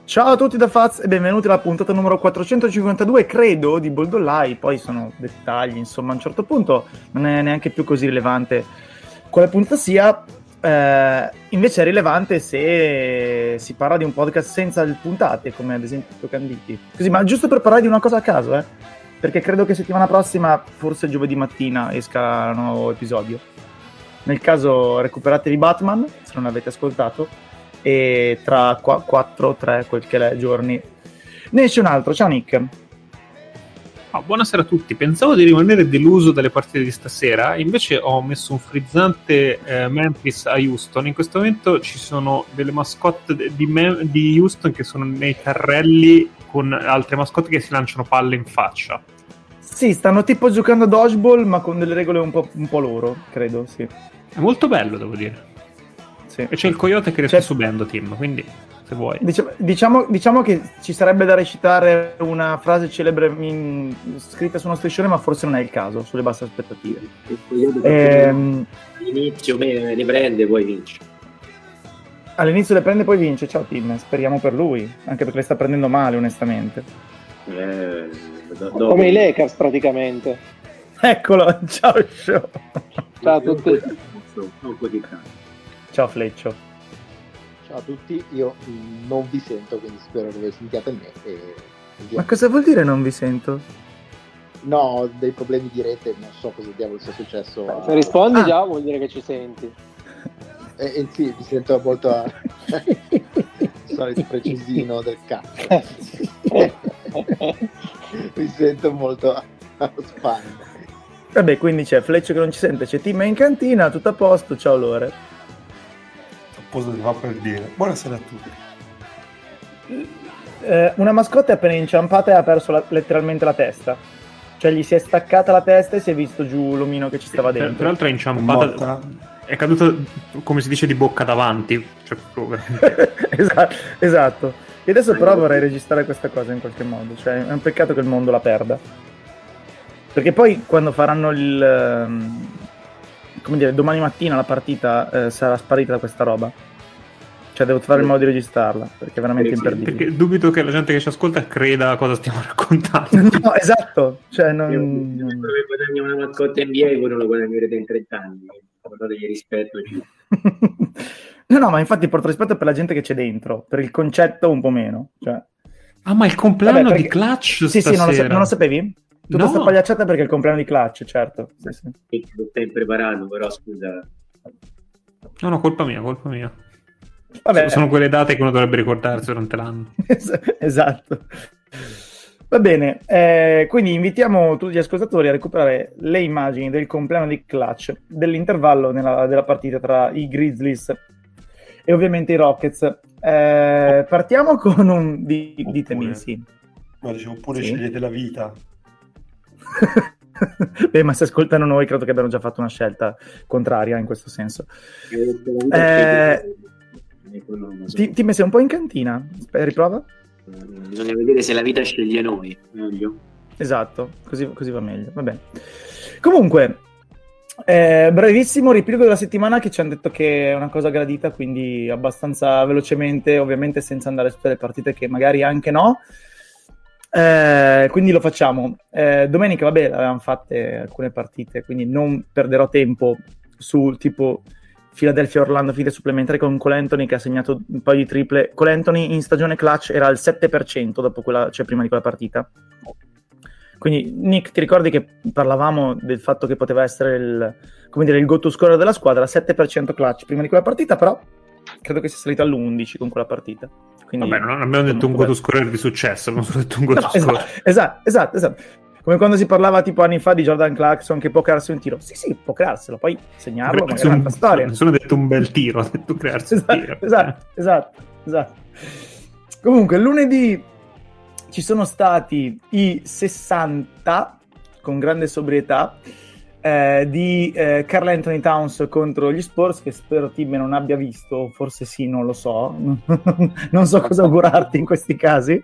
Ciao a tutti da Faz e benvenuti alla puntata numero 452, credo, di Boldollai. Poi sono dettagli, insomma, a un certo punto non è neanche più così rilevante quale puntata sia. Invece è rilevante se si parla di un podcast senza le puntate, come ad esempio Canditi. Così, ma giusto per parlare di una cosa a caso, perché credo che settimana prossima, forse giovedì mattina, esca un nuovo episodio. Nel caso recuperatevi Batman, se non l'avete ascoltato, e tra 4 3 quel che è giorni ne esce un altro. Ciao Nick. Buonasera a tutti. Pensavo di rimanere deluso dalle partite di stasera, invece ho messo un frizzante Memphis a Houston. In questo momento ci sono delle mascotte di Houston che sono nei carrelli con altre mascotte che si lanciano palle in faccia. Sì, stanno tipo giocando a dodgeball, ma con delle regole un po' loro, credo, sì. È molto bello, devo dire. Sì. E c'è il coyote che sta subendo, Tim, quindi se vuoi. Diciamo che ci sarebbe da recitare una frase celebre scritta su uno striscione, ma forse non è il caso, sulle basse aspettative. Il coyote all'inizio le prende, poi vince. All'inizio le prende, poi vince. Ciao Tim, speriamo per lui, anche perché le sta prendendo male, onestamente. Come i Lakers, praticamente. Eccolo, ciao Show. Ciao a tutti. Ciao Fleccio. Ciao a tutti, io non vi sento, quindi spero che voi sentiate me. Ma cosa vuol dire non vi sento? No, ho dei problemi di rete, non so cosa diavolo sia successo. Se rispondi già vuol dire che ci senti. Sì, mi sento molto il solito precisino del cazzo. Mi sento molto a spalle. Vabbè, quindi c'è Fleccio che non ci sente, c'è Tim in cantina, tutto a posto, ciao Lore. Cosa ti fa per dire? Buonasera a tutti. Una mascotte è appena inciampata e ha perso letteralmente la testa. Cioè gli si è staccata la testa e si è visto giù l'omino che ci stava dentro. Tra l'altro è inciampata, è caduta, come si dice, di bocca davanti. Cioè, esatto. E adesso però vorrei registrare questa cosa in qualche modo. Cioè è un peccato che il mondo la perda. Perché poi quando faranno domani mattina la partita sarà sparita da questa roba. Cioè devo trovare il modo di registrarla, perché è veramente imperdibile. Perché dubito che la gente che ci ascolta creda cosa stiamo raccontando. No, esatto. Cioè non guadagna una mascotta NBA, voi non lo guadagnerete in 30 anni. Portategli rispetto. No, ma infatti porto rispetto per la gente che c'è dentro, per il concetto un po' meno. Cioè. Ma il compleanno di Clutch stasera? Sì, non lo sapevi? Tutta questa pagliacciata perché è il compleanno di Clutch, certo. Sì. Lo stai impreparato, però scusa. No, colpa mia. Vabbè. Sono quelle date che uno dovrebbe ricordarsi durante l'anno. Esatto. Va bene, quindi invitiamo tutti gli ascoltatori a recuperare le immagini del compleanno di Clutch, dell'intervallo della partita tra i Grizzlies e ovviamente i Rockets. Partiamo con un... Ditemi, sì. Ma dicevo pure scegliete la vita. Beh, ma se ascoltano noi credo che abbiano già fatto una scelta contraria in questo senso. Tim, sei un po' in cantina, riprova? Bisogna vedere se la vita sceglie noi. Meglio. Esatto, così va meglio. Va bene. Comunque, brevissimo riepilogo della settimana, che ci hanno detto che è una cosa gradita, quindi abbastanza velocemente, ovviamente senza andare su tutte le partite che magari anche no. Quindi lo facciamo. Domenica, vabbè, avevamo fatte alcune partite, quindi non perderò tempo su tipo Philadelphia-Orlando, finite supplementari con Cole Anthony che ha segnato un paio di triple. Cole Anthony in stagione clutch era al 7% dopo prima di quella partita. Quindi Nick, ti ricordi che parlavamo del fatto che poteva essere il go-to scorer della squadra? 7% clutch prima di quella partita, però credo che sia salito all'11 con quella partita. Quindi, vabbè, non abbiamo detto un go-to scorer di successo, abbiamo solo detto un go-to scorer. Esatto. Come quando si parlava tipo anni fa di Jordan Clarkson che può crearsi un tiro. Sì, può crearselo, poi segnarlo magari è un'altra storia. Nessuno ha detto un bel tiro, ha detto crearsi un tiro. Esatto. Comunque, lunedì ci sono stati i 60, con grande sobrietà, di Karl Anthony Towns contro gli Spurs, che spero Tim non abbia visto, forse sì, non lo so. Non so cosa augurarti in questi casi.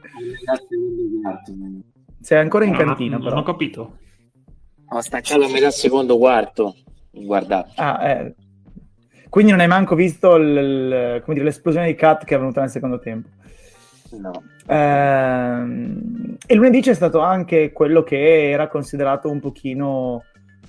Sei ancora in cantina, però. Non ho capito. Ho staccato a metà secondo quarto. Guardate. Quindi non hai manco visto l'esplosione di cut che è avvenuta nel secondo tempo. No. E lunedì c'è stato anche quello che era considerato un pochino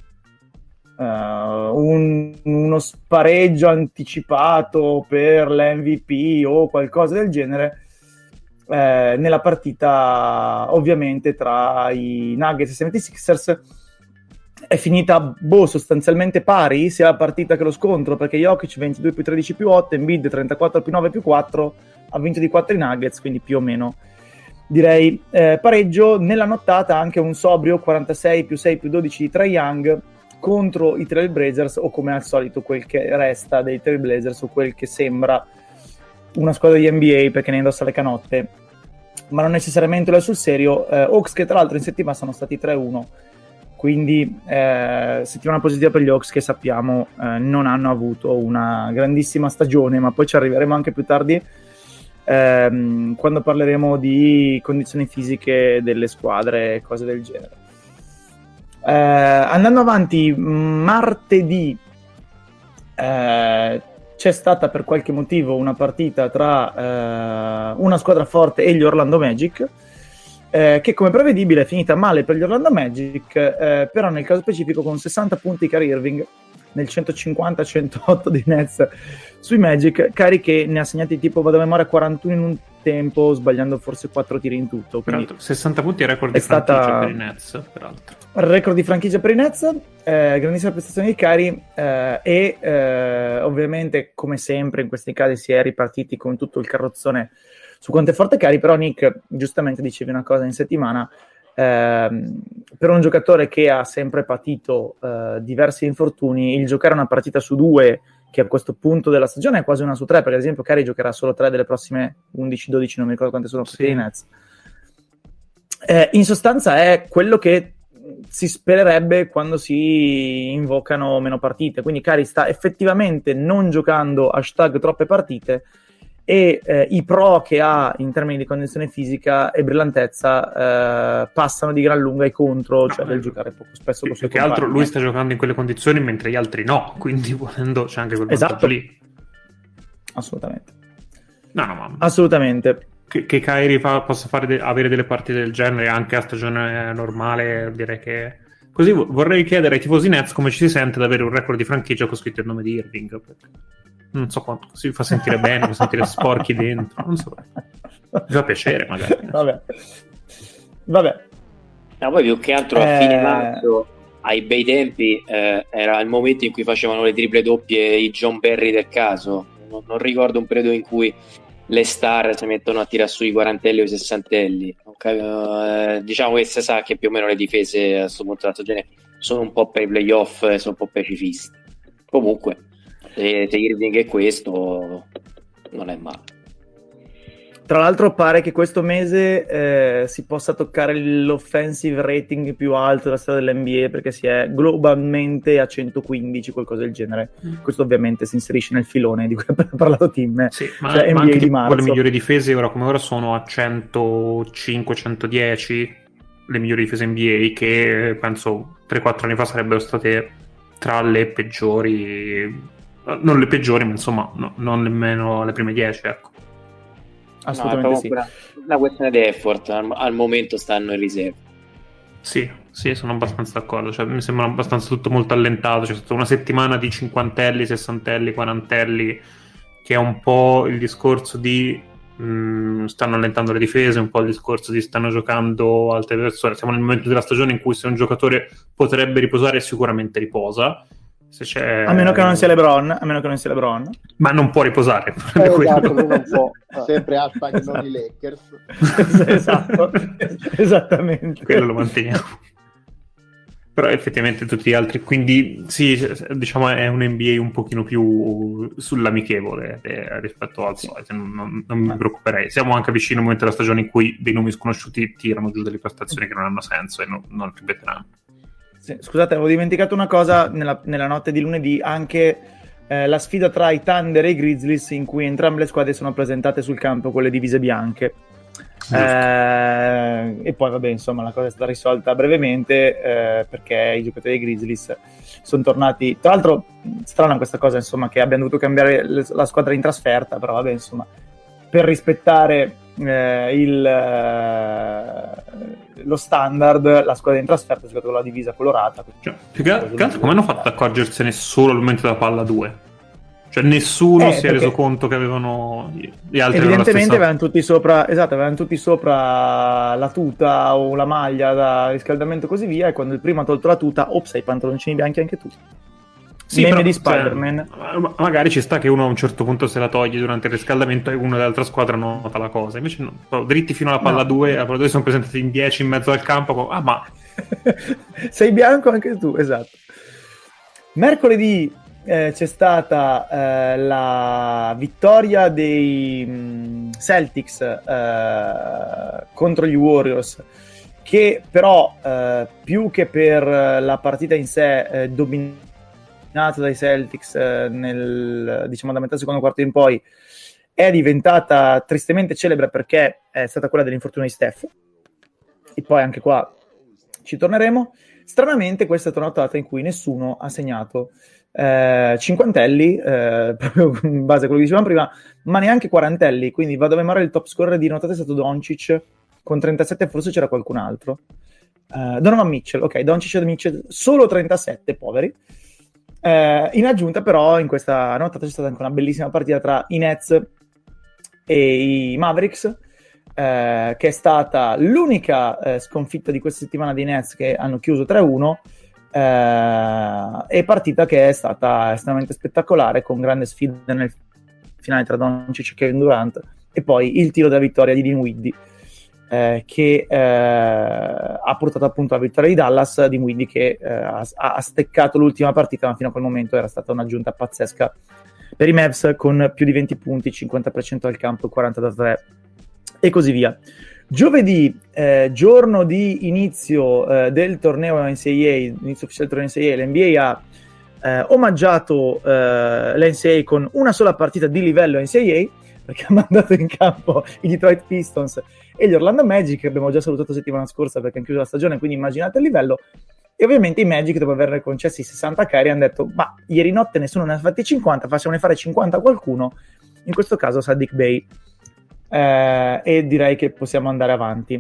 uno spareggio anticipato per l'MVP o qualcosa del genere, nella partita ovviamente tra i Nuggets e i 76ers. È finita sostanzialmente pari sia la partita che lo scontro, perché Jokic 22 più 13 più 8, Embiid 34 più 9 più 4, ha vinto di 4 i Nuggets, quindi più o meno direi pareggio. Nella nottata anche un sobrio 46 più 6 più 12 di Trae Young contro i Trailblazers, o come al solito quel che resta dei Trailblazers, o quel che sembra una squadra di NBA perché ne indossa le canotte, ma non necessariamente lo è sul serio. Hawks che tra l'altro in settimana sono stati 3-1, quindi settimana positiva per gli Hawks, che sappiamo non hanno avuto una grandissima stagione, ma poi ci arriveremo anche più tardi quando parleremo di condizioni fisiche delle squadre e cose del genere. Andando avanti, martedì c'è stata per qualche motivo una partita tra una squadra forte e gli Orlando Magic, che come prevedibile è finita male per gli Orlando Magic, però nel caso specifico con 60 punti Kyrie Irving nel 150-108 dei Nets sui Magic. Kyrie che ne ha segnati tipo, vado a memoria, 41 in un tempo, sbagliando forse 4 tiri in tutto. Peraltro 60 punti è record di franchigia per i Nets, peraltro. Record di franchigia per i Nets, grandissima prestazione di Kyrie, e ovviamente come sempre in questi casi si è ripartiti con tutto il carrozzone su quanto è forte Kyrie. Però Nick, giustamente dicevi una cosa in settimana, per un giocatore che ha sempre patito diversi infortuni, il giocare una partita su 2, che a questo punto della stagione è quasi una su 3, perché ad esempio Kyrie giocherà solo 3 delle prossime 11-12, non mi ricordo quante sono partite i Nets, in sostanza è quello che si spererebbe quando si invocano meno partite. Quindi Kyrie sta effettivamente non giocando #troppe partite, e i pro che ha in termini di condizione fisica e brillantezza passano di gran lunga ai contro, cioè del giocare poco spesso con più che altro lui sta giocando in quelle condizioni mentre gli altri no, quindi volendo c'è anche quel vantaggio lì. Assolutamente. No, assolutamente. Che Kyrie possa avere delle partite del genere anche a stagione normale, direi che così. Vorrei chiedere ai tifosi Nets come ci si sente ad avere un record di franchigia con scritto il nome di Irving, perché non so quanto si fa sentire bene, fa sentire sporchi dentro, non so, mi fa piacere magari. Vabbè. No, poi più che altro a fine marzo, ai bei tempi, era il momento in cui facevano le triple doppie i John Barry del caso. Non ricordo un periodo in cui le star si mettono a tirare sui quarantelli o i sessantelli. Diciamo che si sa che più o meno le difese a questo punto della stagione sono un po' per i playoff, sono un po' pacifisti. Comunque se Irving è questo, non è male. Tra l'altro pare che questo mese si possa toccare l'offensive rating più alto della storia dell'NBA, perché si è globalmente a 115, qualcosa del genere. Questo ovviamente si inserisce nel filone di cui ha parlato Tim, sì, cioè ma NBA anche di marzo. Le migliori difese ora come ora sono a 105-110, le migliori difese NBA, che penso 3-4 anni fa sarebbero state tra le peggiori, non le peggiori, ma insomma non nemmeno le prime 10, ecco. Assolutamente no, sì. Una questione di effort, al momento stanno in riserva. Sì, sono abbastanza d'accordo, cioè, mi sembra abbastanza tutto molto allentato. C'è stata una settimana di cinquantelli, sessantelli, quarantelli, che è un po' il discorso di stanno allentando le difese, un po' il discorso di stanno giocando altre persone. Siamo nel momento della stagione in cui se un giocatore potrebbe riposare sicuramente riposa, se c'è... a meno che non sia LeBron, ma non può riposare, esatto, non può. Sempre hashtag non i Lakers. Esatto, esattamente, quello lo manteniamo. Però effettivamente tutti gli altri, quindi sì, diciamo è un NBA un pochino più sull'amichevole rispetto al solito, non mi preoccuperei. Siamo anche vicino al momento della stagione in cui dei nomi sconosciuti tirano giù delle prestazioni che non hanno senso e non ripeteranno. Sì, scusate, avevo dimenticato una cosa nella notte di lunedì, anche la sfida tra i Thunder e i Grizzlies, in cui entrambe le squadre sono presentate sul campo con le divise bianche. E poi vabbè, insomma, la cosa è stata risolta brevemente, perché i giocatori dei Grizzlies sono tornati. Tra l'altro strana questa cosa, insomma, che abbiano dovuto cambiare la squadra in trasferta, però vabbè, insomma, per rispettare lo standard, la squadra in trasferta ha giocato con la divisa colorata. Cioè, più che altro come hanno fatto ad accorgersene solo al momento della palla 2? Cioè nessuno si è reso conto che avevano gli altri. Evidentemente avevano tutti sopra la tuta o la maglia da riscaldamento e così via, e quando il primo ha tolto la tuta, ops, hai i pantaloncini bianchi anche tu. Sì, meme però, di Spider-Man. Cioè, magari ci sta che uno a un certo punto se la toglie durante il riscaldamento e uno dell'altra squadra nota la cosa. Invece no, dritti fino alla palla 2, la palla 2 sono presentati in 10 in mezzo al campo. Ma sei bianco anche tu, esatto. Mercoledì c'è stata la vittoria dei Celtics contro gli Warriors, che però più che per la partita in sé dominata dai Celtics da metà secondo quarto in poi, è diventata tristemente celebre perché è stata quella dell'infortunio di Steph, e poi anche qua ci torneremo. Stranamente questa è una notata in cui nessuno ha segnato cinquantelli, proprio in base a quello che dicevamo prima, ma neanche quarantelli, quindi vado a memoria, il top scorer di notate è stato Doncic con 37, forse c'era qualcun altro, Donovan Mitchell, ok, Doncic e Mitchell solo 37, poveri. In aggiunta però in questa notata c'è stata anche una bellissima partita tra i Nets e i Mavericks, che è stata l'unica sconfitta di questa settimana dei Nets, che hanno chiuso 3-1, e partita che è stata estremamente spettacolare, con grande sfida nel finale tra Doncic e Kevin Durant, e poi il tiro della vittoria di Dinwiddie, che ha portato appunto alla vittoria di Dallas. Dinwiddie che ha steccato l'ultima partita, ma fino a quel momento era stata un'aggiunta pazzesca per i Mavs, con più di 20 punti, 50% al campo, 40 da 3 e così via. Giovedì, giorno di inizio del torneo NCAA, inizio ufficiale del torneo NCAA, l'NBA ha omaggiato l'NCAA con una sola partita di livello NCAA, perché ha mandato in campo i Detroit Pistons e gli Orlando Magic, che abbiamo già salutato settimana scorsa perché hanno chiuso la stagione, quindi immaginate il livello. E ovviamente i Magic, dopo aver concessi 60 carry, hanno detto: ma ieri notte nessuno ne ha fatti 50, facciamone fare 50 a qualcuno, in questo caso Saddiq Bey, e direi che possiamo andare avanti.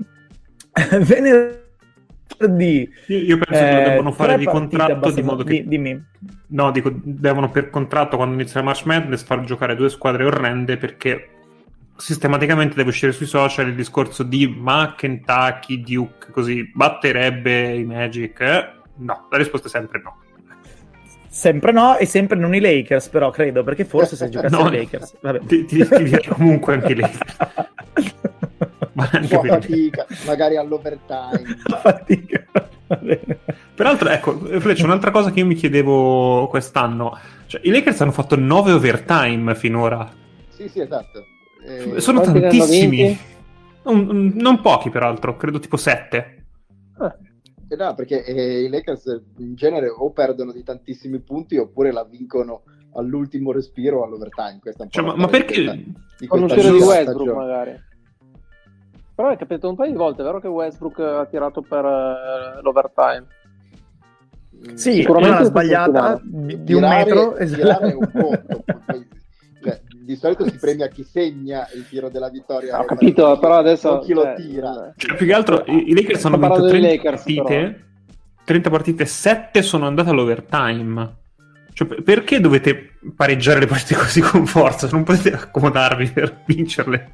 Venerdì io penso che lo devono fare di contratto, di modo che dimmi. No, dico, devono per contratto, quando inizia la March Madness, far giocare due squadre orrende, perché sistematicamente deve uscire sui social il discorso di ma Kentucky, Duke, così batterebbe i Magic? No, la risposta è sempre no. Sempre no, e sempre non i Lakers, però credo, perché forse se giocassero i Lakers, vabbè. Ti direi comunque anche i Lakers. Ma anche fatica, magari all'overtime. Fatica. Va bene. Peraltro, ecco, Fletch, un'altra cosa che io mi chiedevo quest'anno, cioè i Lakers hanno fatto 9 overtime finora. Sì, esatto. Sono tantissimi. Non pochi, peraltro, credo tipo 7. No, perché i Lakers in genere o perdono di tantissimi punti oppure la vincono all'ultimo respiro all'overtime. Questa è un po' ma perché? Con un tiro di Westbrook magari. Però è capitato un paio di volte, è vero che Westbrook ha tirato per l'overtime. Sì, sicuramente una sbagliata di un metro. Tirare è un conto. Cioè, di solito si premia chi segna il tiro della vittoria. Ho capito, però adesso chi lo tira. Cioè, più che altro i Lakers hanno vinto 30 partite, 7 sono andate all'overtime. Cioè, perché dovete pareggiare le partite così con forza? Non potete accomodarvi per vincerle.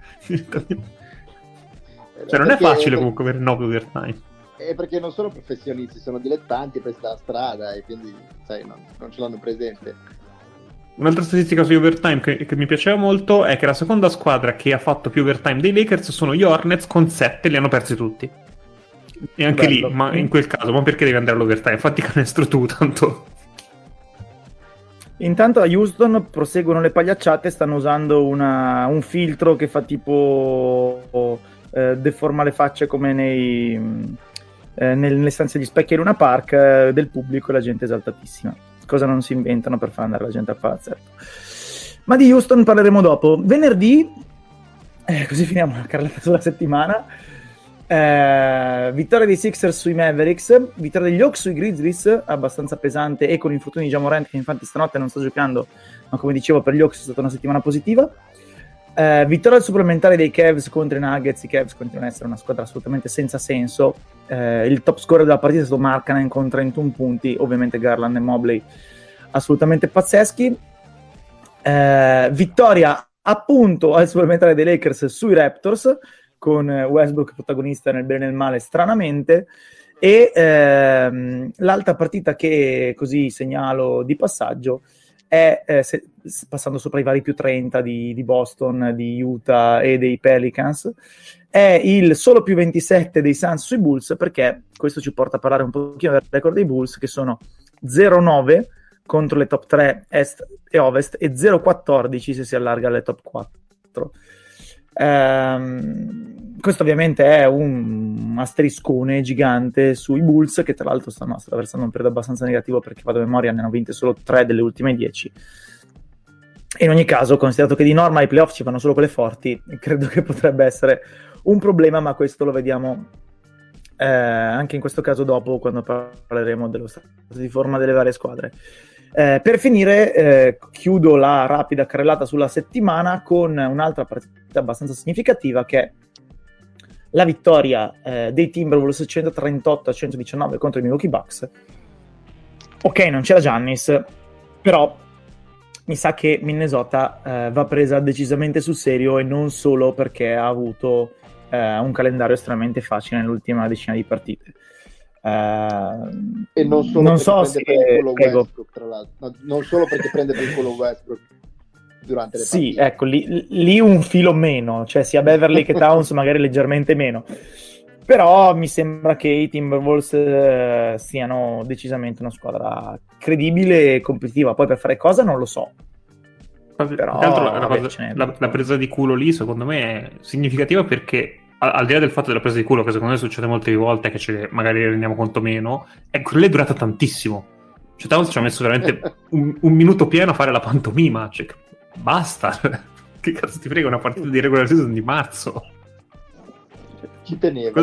Cioè, non è facile comunque avere 9 overtime. È perché non sono professionisti, sono dilettanti per questa strada, e quindi sai, non ce l'hanno presente. Un'altra statistica sugli overtime che mi piaceva molto è che la seconda squadra che ha fatto più overtime dei Lakers sono gli Hornets, con 7, li hanno persi tutti. E anche bello. Lì, ma in quel caso, ma perché devi andare all'overtime? Fatti canestro tu, tanto. Intanto a Houston proseguono le pagliacciate, stanno usando un filtro che fa tipo deforma le facce come nelle stanze di specchi a Luna Park del pubblico, e la gente è esaltatissima. Cosa non si inventano per far andare la gente a palazzetto. Ma di Houston parleremo dopo. Venerdì, così finiamo la carrellata sulla settimana. Vittoria dei Sixers sui Mavericks, vittoria degli Hawks sui Grizzlies, abbastanza pesante, e con infortuni di Ja Morant, che infatti stanotte non sta giocando, ma come dicevo per gli Hawks è stata una settimana positiva. Vittoria supplementare dei Cavs contro i Nuggets. I Cavs continuano ad essere una squadra assolutamente senza senso. Il top scorer della partita è stato Markkanen con 31 punti, ovviamente Garland e Mobley assolutamente pazzeschi. Vittoria appunto al supplementare dei Lakers sui Raptors, con Westbrook protagonista nel bene e nel male stranamente. E l'altra partita che così segnalo di passaggio è, passando sopra i vari più 30 di Boston, di Utah e dei Pelicans, è il solo più 27 dei Suns sui Bulls, perché questo ci porta a parlare un pochino del record dei Bulls, che sono 0-9 contro le top 3 est e ovest e 0-14 se si allarga alle top 4. Questo ovviamente è un asteriscone gigante sui Bulls, che tra l'altro stanno attraversando un periodo abbastanza negativo, perché vado a memoria ne hanno vinte solo 3 delle ultime 10. In ogni caso, considerato che di norma ai playoff ci fanno solo quelle forti, credo che potrebbe essere un problema, ma questo lo vediamo anche in questo caso dopo, quando parleremo dello stato di forma delle varie squadre. Per finire, chiudo la rapida carrellata sulla settimana con un'altra partita abbastanza significativa, che è la vittoria dei Timberwolves 138-119 contro i Milwaukee Bucks. Ok, non c'era Giannis, però mi sa che Minnesota va presa decisamente sul serio, e non solo perché ha avuto un calendario estremamente facile nell'ultima decina di partite. E non solo non perché so prende se per il culo Westbrook, tra l'altro. No, non solo perché prende per il culo Westbrook durante le partite. Sì, ecco, lì un filo meno, cioè sia Beverly che Towns magari leggermente meno. Però mi sembra che i Timberwolves siano decisamente una squadra credibile e competitiva. Poi per fare cosa non lo so. Però la presa di culo lì secondo me è significativa, perché al di là del fatto della presa di culo, che secondo me succede molte volte, che ce magari rendiamo conto meno, quella è durata tantissimo. Cioè Towns ci ha messo veramente un minuto pieno a fare la pantomima, cioè, basta. Che cazzo ti frega una partita di regular season di marzo? Ci teneva.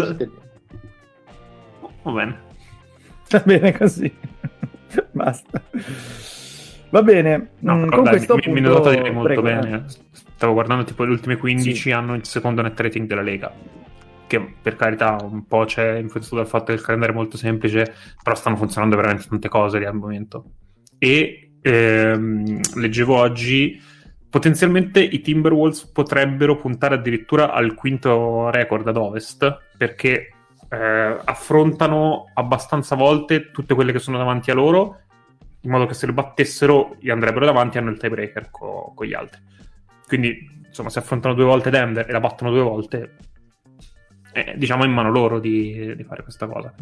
Va bene. Va bene così. Basta. Va bene. No, con dai, questo mi nota direi molto prego, bene. Stavo guardando tipo le ultime 15 hanno il secondo net rating della Lega, che per carità un po' c'è influenzato dal fatto che il calendario è molto semplice, però stanno funzionando veramente tante cose lì al momento. E leggevo oggi, potenzialmente i Timberwolves potrebbero puntare addirittura al quinto record ad Ovest, perché affrontano abbastanza volte tutte quelle che sono davanti a loro, in modo che se le battessero gli andrebbero davanti, hanno il tiebreaker con gli altri. Quindi insomma, se affrontano 2 volte Denver e la battono 2 volte, diciamo in mano loro di fare questa cosa.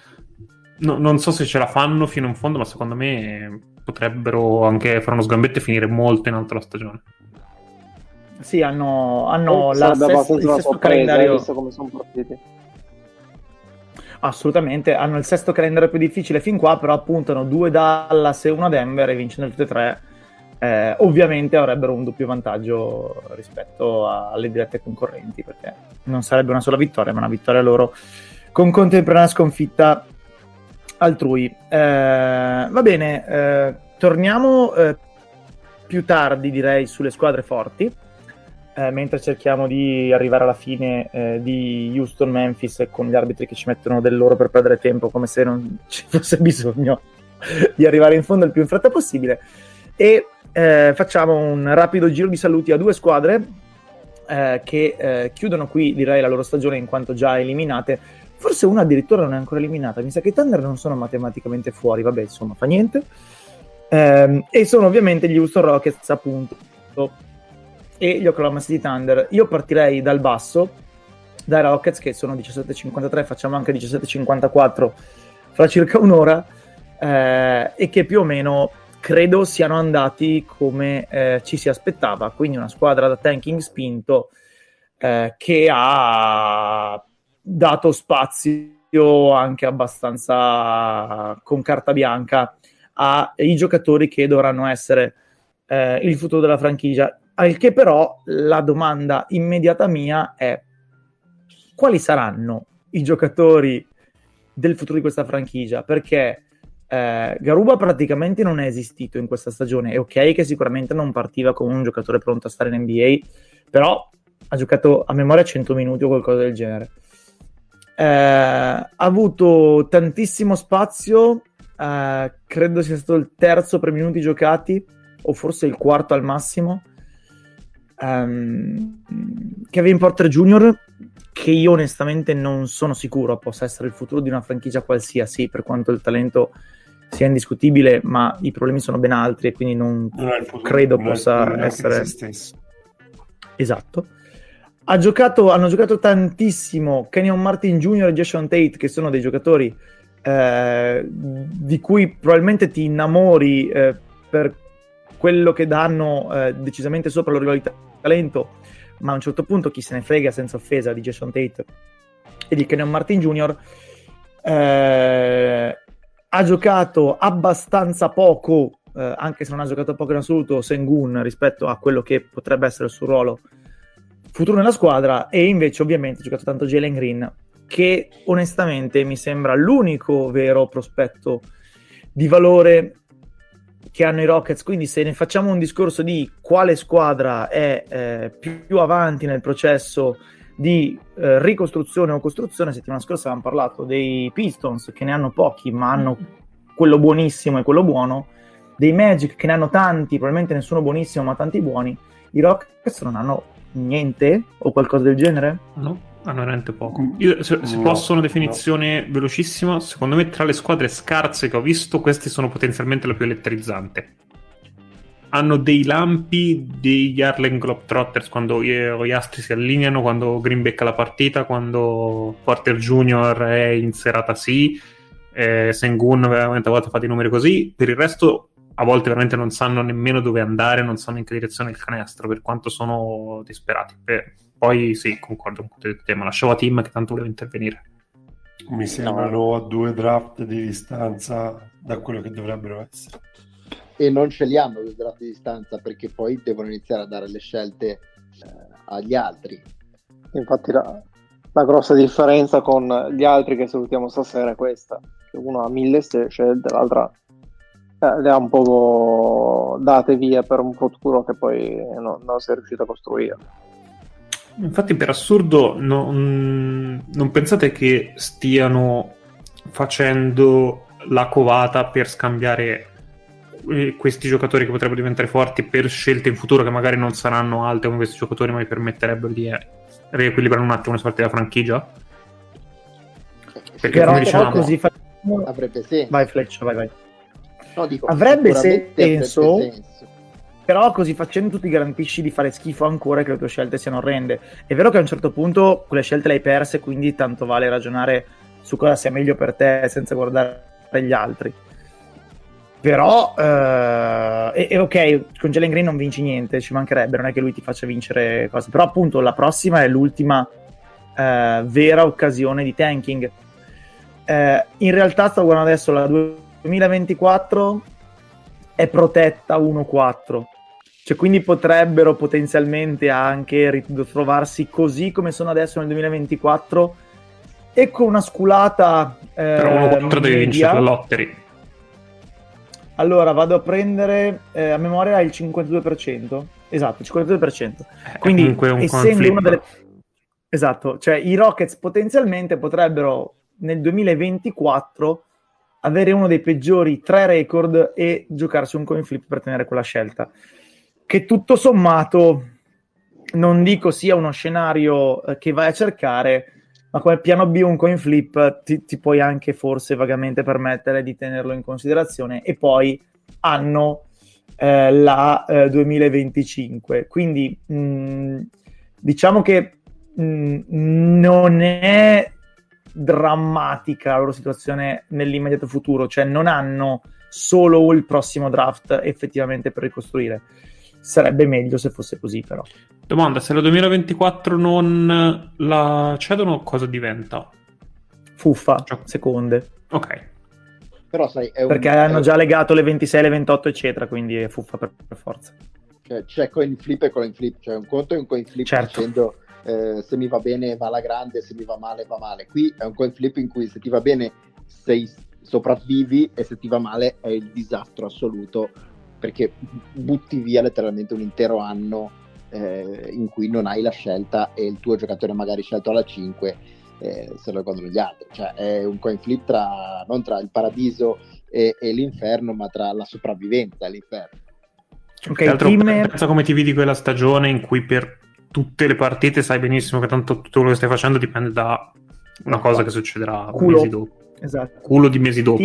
Non so se ce la fanno fino in fondo, ma secondo me potrebbero anche fare uno sgambetto e finire molto in alto la stagione. Sì, hanno il sesto calendario, visto come sono partiti. Assolutamente, hanno il sesto calendario più difficile fin qua, però puntano 2 Dallas e 1 Denver, e vincendo tutte e 3 ovviamente avrebbero un doppio vantaggio rispetto alle dirette concorrenti, perché non sarebbe una sola vittoria, ma una vittoria loro con contemporanea sconfitta altrui. Va bene, torniamo più tardi, direi, sulle squadre forti, mentre cerchiamo di arrivare alla fine di Houston-Memphis, con gli arbitri che ci mettono del loro per perdere tempo, come se non ci fosse bisogno di arrivare in fondo il più in fretta possibile. E facciamo un rapido giro di saluti a 2 squadre che chiudono qui, direi, la loro stagione in quanto già eliminate. Forse una addirittura non è ancora eliminata, mi sa che i Thunder non sono matematicamente fuori, vabbè, insomma, fa niente. E sono ovviamente gli Houston Rockets, appunto, e gli Oklahoma City Thunder. Io partirei dal basso, dai Rockets, che sono 17:53, facciamo anche 17:54 fra circa un'ora, e che più o meno credo siano andati come ci si aspettava, quindi una squadra da tanking spinto che ha dato spazio anche abbastanza con carta bianca ai giocatori che dovranno essere il futuro della franchigia. Al che però la domanda immediata mia è: quali saranno i giocatori del futuro di questa franchigia? Perché Garuba praticamente non è esistito in questa stagione. È ok che sicuramente non partiva come un giocatore pronto a stare in NBA, però ha giocato a memoria 100 minuti o qualcosa del genere. Ha avuto tantissimo spazio, credo sia stato il terzo per minuti giocati o forse il quarto al massimo. Kevin Porter Jr., che io onestamente non sono sicuro possa essere il futuro di una franchigia qualsiasi, per quanto il talento sia indiscutibile, ma i problemi sono ben altri e quindi non credo possa essere esatto. Hanno giocato tantissimo Kenyon Martin Jr. e Jason Tate, che sono dei giocatori di cui probabilmente ti innamori per quello che danno, decisamente sopra la loro livello di talento, ma a un certo punto chi se ne frega, senza offesa, di Jason Tate e di Kenyon Martin Jr. Ha giocato abbastanza poco, anche se non ha giocato poco in assoluto, Sengun rispetto a quello che potrebbe essere il suo ruolo futuro nella squadra, e invece ovviamente ha giocato tanto Jalen Green, che onestamente mi sembra l'unico vero prospetto di valore che hanno i Rockets. Quindi se ne facciamo un discorso di quale squadra è più avanti nel processo di ricostruzione o costruzione, settimana scorsa abbiamo parlato dei Pistons, che ne hanno pochi ma hanno quello buonissimo e quello buono, dei Magic che ne hanno tanti, probabilmente nessuno buonissimo ma tanti buoni. I Rockets non hanno niente o qualcosa del genere? No, hanno veramente poco. Io, se posso una definizione velocissima, secondo me tra le squadre scarse che ho visto, queste sono potenzialmente la più elettrizzante. Hanno dei lampi degli Harlem Globetrotters quando gli astri si allineano, quando Green becca la partita, quando Porter Jr. è in serata Sengun veramente a volte fa dei numeri così. Per il resto a volte veramente non sanno nemmeno dove andare, non sanno in che direzione il canestro, per quanto sono disperati. Poi sì, concordo con te, ma lasciavo a Tim che tanto voleva intervenire. Mi sembrano a 2 draft di distanza da quello che dovrebbero essere. E non ce li hanno 2 draft di distanza, perché poi devono iniziare a dare le scelte agli altri. Infatti la grossa differenza con gli altri che salutiamo stasera è questa, che uno ha 1000 scelte, l'altra le ha un po' date via per un futuro che poi non si è riuscito a costruire. Infatti, per assurdo, non pensate che stiano facendo la covata per scambiare questi giocatori che potrebbero diventare forti per scelte in futuro che magari non saranno alte come questi giocatori, ma mi permetterebbero di riequilibrare un attimo una sorta della franchigia? Perché però, come diciamo, così avrebbe senso. Vai Fletch, vai. No, dico, avrebbe senso, però così facendo tu ti garantisci di fare schifo ancora e che le tue scelte siano orrende. È vero che a un certo punto quelle scelte le hai perse, quindi tanto vale ragionare su cosa sia meglio per te senza guardare gli altri. Però ok, con Jalen Green non vinci niente, ci mancherebbe, non è che lui ti faccia vincere cose, però appunto la prossima è l'ultima vera occasione di tanking. In realtà sto guardando adesso la 2024 è protetta 1-4, cioè quindi potrebbero potenzialmente anche ritrovarsi così come sono adesso nel 2024 e con una sculata però 1-4 devi vincere la lottery. Allora vado a prendere a memoria il 52%, esatto, il 52%, quindi essendo una delle... esatto, cioè i Rockets potenzialmente potrebbero nel 2024 avere uno dei peggiori 3 record e giocarsi un coin flip per tenere quella scelta, che tutto sommato non dico sia uno scenario che vai a cercare, ma come piano B un coin flip ti puoi anche forse vagamente permettere di tenerlo in considerazione. E poi hanno la 2025, quindi diciamo che non è drammatica la loro situazione nell'immediato futuro, cioè non hanno solo il prossimo draft effettivamente per ricostruire. Sarebbe meglio se fosse così, però. Domanda: se la 2024 non la cedono, cosa diventa? Fuffa, seconde. Ok. Però sai, perché hanno già legato le 26, le 28 eccetera, quindi è fuffa per forza. Cioè, c'è coin flip e coin flip, cioè un conto è un coin flip dicendo se mi va bene va alla grande, se mi va male va male. Qui è un coin flip in cui se ti va bene sei sopravvivi e se ti va male è il disastro assoluto, perché butti via letteralmente un intero anno in cui non hai la scelta e il tuo giocatore magari scelto alla 5 se lo godono gli altri. Cioè è un coin flip non tra il paradiso e l'inferno, ma tra la sopravvivenza e l'inferno. Okay, pensa come ti vedi quella stagione in cui per tutte le partite sai benissimo che tanto tutto quello che stai facendo dipende da una cosa che succederà mesi dopo. Esatto. Culo di mesi dopo.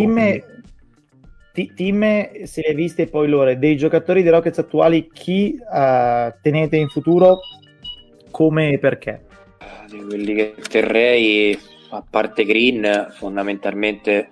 Team, se le viste poi loro, dei giocatori dei Rockets attuali, chi tenete in futuro, come e perché? Di quelli che terrei, a parte Green, fondamentalmente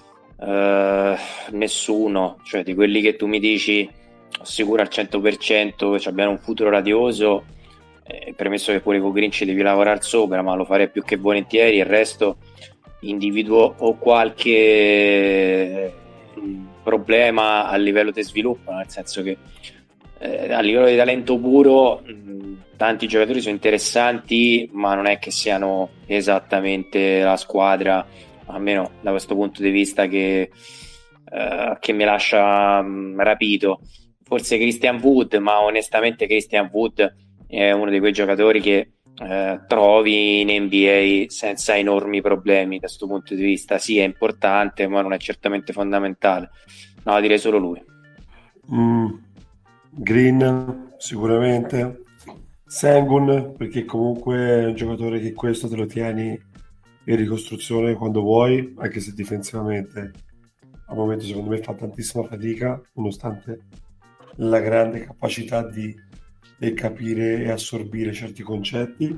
nessuno. Cioè di quelli che tu mi dici sicuro al 100% che abbiano un futuro radioso, premesso che pure con Green ci devi lavorare sopra, ma lo farei più che volentieri. Il resto individuo o qualche problema a livello di sviluppo, nel senso che a livello di talento puro tanti giocatori sono interessanti, ma non è che siano esattamente la squadra, almeno da questo punto di vista, che mi lascia rapito. Forse Christian Wood, ma onestamente Christian Wood è uno di quei giocatori che trovi in NBA senza enormi problemi da questo punto di vista. Sì, è importante, ma non è certamente fondamentale. No, direi solo lui. Green sicuramente, Sengun, perché comunque è un giocatore che questo te lo tieni in ricostruzione quando vuoi, anche se difensivamente al momento secondo me fa tantissima fatica, nonostante la grande capacità di capire e assorbire certi concetti.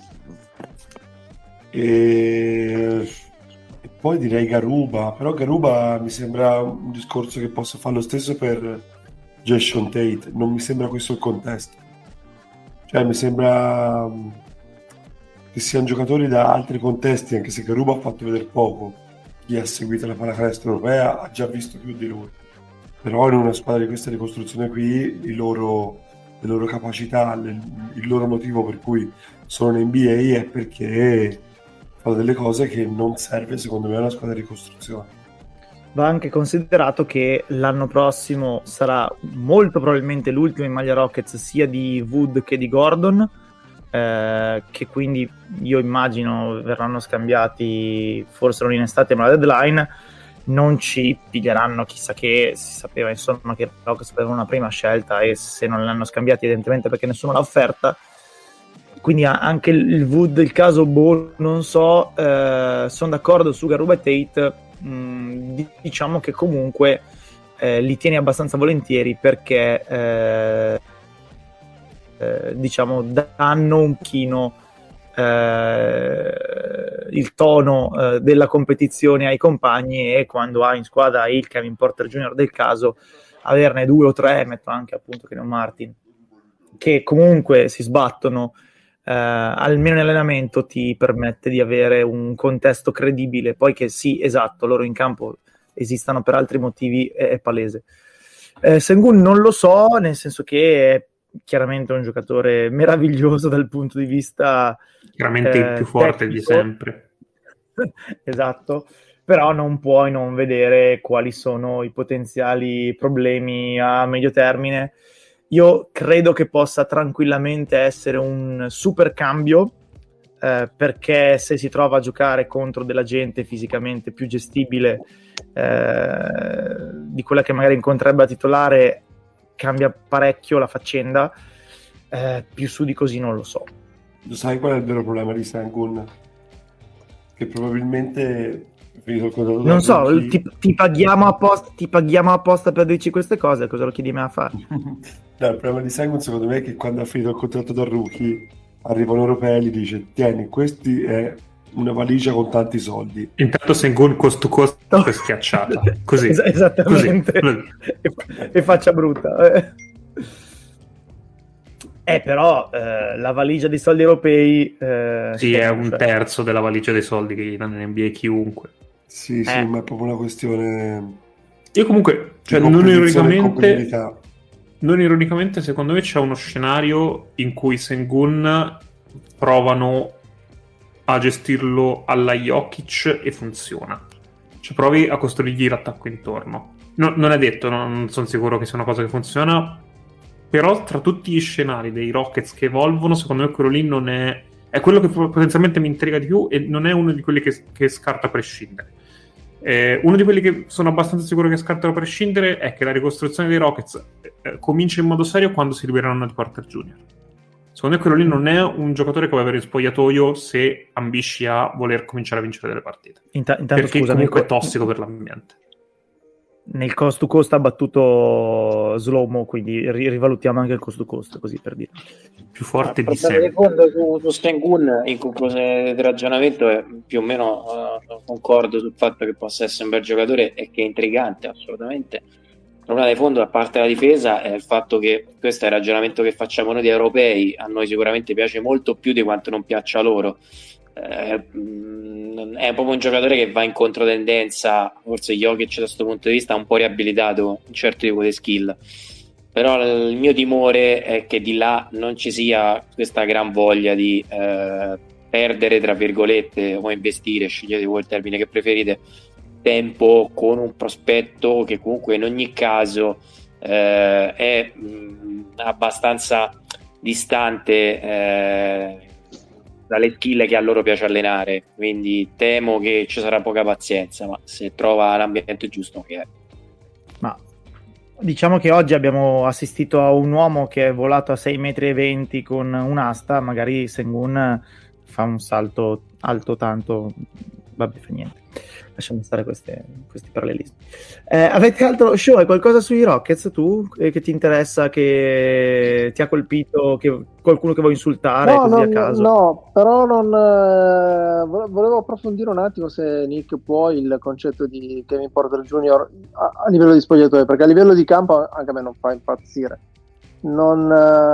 E poi direi Garuba, però Garuba mi sembra un discorso che posso fare lo stesso per Jason Tate, non mi sembra questo il contesto, cioè mi sembra che siano giocatori da altri contesti, anche se Garuba ha fatto vedere poco. Chi ha seguito la pallacanestro europea ha già visto più di lui, però in una squadra di questa ricostruzione qui le loro capacità, il loro motivo per cui sono in NBA è perché fanno delle cose che non serve secondo me a una squadra di ricostruzione. Va anche considerato che l'anno prossimo sarà molto probabilmente l'ultimo in maglia Rockets sia di Wood che di Gordon, che quindi io immagino verranno scambiati forse non in estate ma alla deadline. Non ci piglieranno chissà che, si sapeva insomma che Rockets avevano una prima scelta e se non l'hanno scambiati evidentemente perché nessuno l'ha offerta, quindi anche il Wood, il caso non so. Sono d'accordo su Garuba e Tate. Diciamo che comunque li tieni abbastanza volentieri perché diciamo danno un pochino il tono della competizione ai compagni, e quando hai in squadra il Kevin Porter Jr. del caso, averne 2 o 3, metto anche appunto Kenon Martin, che comunque si sbattono almeno in allenamento, ti permette di avere un contesto credibile. Poi che sì, esatto, loro in campo esistano per altri motivi è palese. Sengun non lo so, nel senso che è chiaramente un giocatore meraviglioso dal punto di vista chiaramente il più forte tecnico, di sempre. Esatto, però non puoi non vedere quali sono i potenziali problemi a medio termine. Io credo che possa tranquillamente essere un super cambio, perché se si trova a giocare contro della gente fisicamente più gestibile di quella che magari incontrerebbe a titolare, cambia parecchio la faccenda. Più su di così non lo so. Lo sai qual è il vero problema di Sengun? Che probabilmente non so, ti paghiamo apposta per dirci queste cose, cosa lo chiedi me a fare? No, il problema di Sengun secondo me è che quando ha finito il contratto da rookie arriva un europeo e gli dice: tieni, questi è una valigia con tanti soldi. Intanto Sengun cost to cost è schiacciata così, esattamente, così. E faccia brutta. Però la valigia di soldi europei sì, è un terzo della valigia dei soldi che gli danno in NBA chiunque. Sì, ma è proprio una questione. Io comunque, cioè, non ironicamente, secondo me c'è uno scenario in cui Sengun provano a gestirlo alla Jokic e funziona. cioè provi a costruirgli l'attacco intorno. Non è detto, non sono sicuro che sia una cosa che funziona, però tra tutti gli scenari dei Rockets che evolvono, secondo me quello lì non è quello che potenzialmente mi intriga di più, e non è uno di quelli che scarta a prescindere. Uno di quelli che sono abbastanza sicuro che scartano a prescindere è che la ricostruzione dei Rockets comincia in modo serio quando si liberano di Porter Jr. Secondo me quello lì non è un giocatore che vuoi avere in spogliatoio se ambisci a voler cominciare a vincere delle partite. Intanto, perché scusa, comunque è tossico per l'ambiente. Nel cost to cost ha battuto Slow-Mo, quindi rivalutiamo anche il cost to cost, così per dire. Più forte il di problema sempre. di fondo su Sengun, in conclusione del ragionamento, è più o meno concordo sul fatto che possa essere un bel giocatore e che è intrigante, assolutamente. Il problema di fondo, a parte la difesa, è il fatto che questo è il ragionamento che facciamo noi di europei. A noi sicuramente piace molto più di quanto non piaccia loro. È proprio un giocatore che va in controtendenza. Forse Jokic da questo punto di vista è un po' riabilitato in certi tipo di skill, però il mio timore è che di là non ci sia questa gran voglia di perdere, tra virgolette, o investire, scegliete voi il termine che preferite, tempo con un prospetto che comunque in ogni caso è abbastanza distante dalle skill che a loro piace allenare, quindi temo che ci sarà poca pazienza, ma se trova l'ambiente giusto che è. Ma diciamo che oggi abbiamo assistito a un uomo che è volato a 6,20 metri con un'asta, magari Sengun fa un salto alto tanto, vabbè, fa niente. Lasciamo stare questi parallelismi. Avete altro show? Hai qualcosa sui Rockets tu che ti interessa, che ti ha colpito, che qualcuno che vuoi insultare così a caso? No, però non volevo approfondire un attimo, se Nick può, il concetto di Kevin Porter Jr. a livello di spogliatoio, perché a livello di campo anche a me non fa impazzire. Non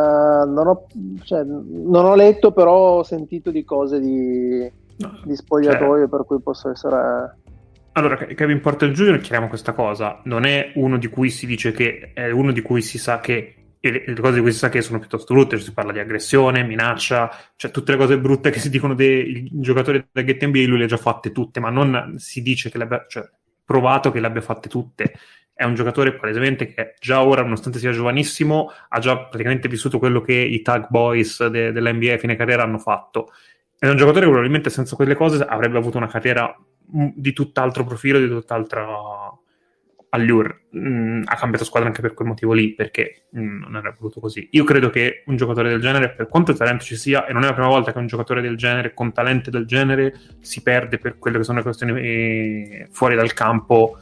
ho letto, però ho sentito di cose di spogliatoio, per cui posso essere... Allora, Kevin Porter Jr., chiariamo questa cosa, non è uno di cui si dice che è uno di cui si sa che, e le cose di cui si sa che sono piuttosto brutte, cioè si parla di aggressione, minaccia, cioè tutte le cose brutte che si dicono dei giocatori da Get NBA, lui le ha già fatte tutte, ma non si dice che le abbia, cioè provato che le abbia fatte tutte. È un giocatore palesemente che già ora, nonostante sia giovanissimo, ha già praticamente vissuto quello che i tag boys dell'NBA a fine carriera hanno fatto. È un giocatore che probabilmente senza quelle cose avrebbe avuto una carriera di tutt'altro profilo, di tutt'altra allure. Ha cambiato squadra anche per quel motivo lì, perché non avrebbe voluto così. Io credo che un giocatore del genere, per quanto talento ci sia, e non è la prima volta che un giocatore del genere, con talento del genere, si perde per quelle che sono le questioni fuori dal campo,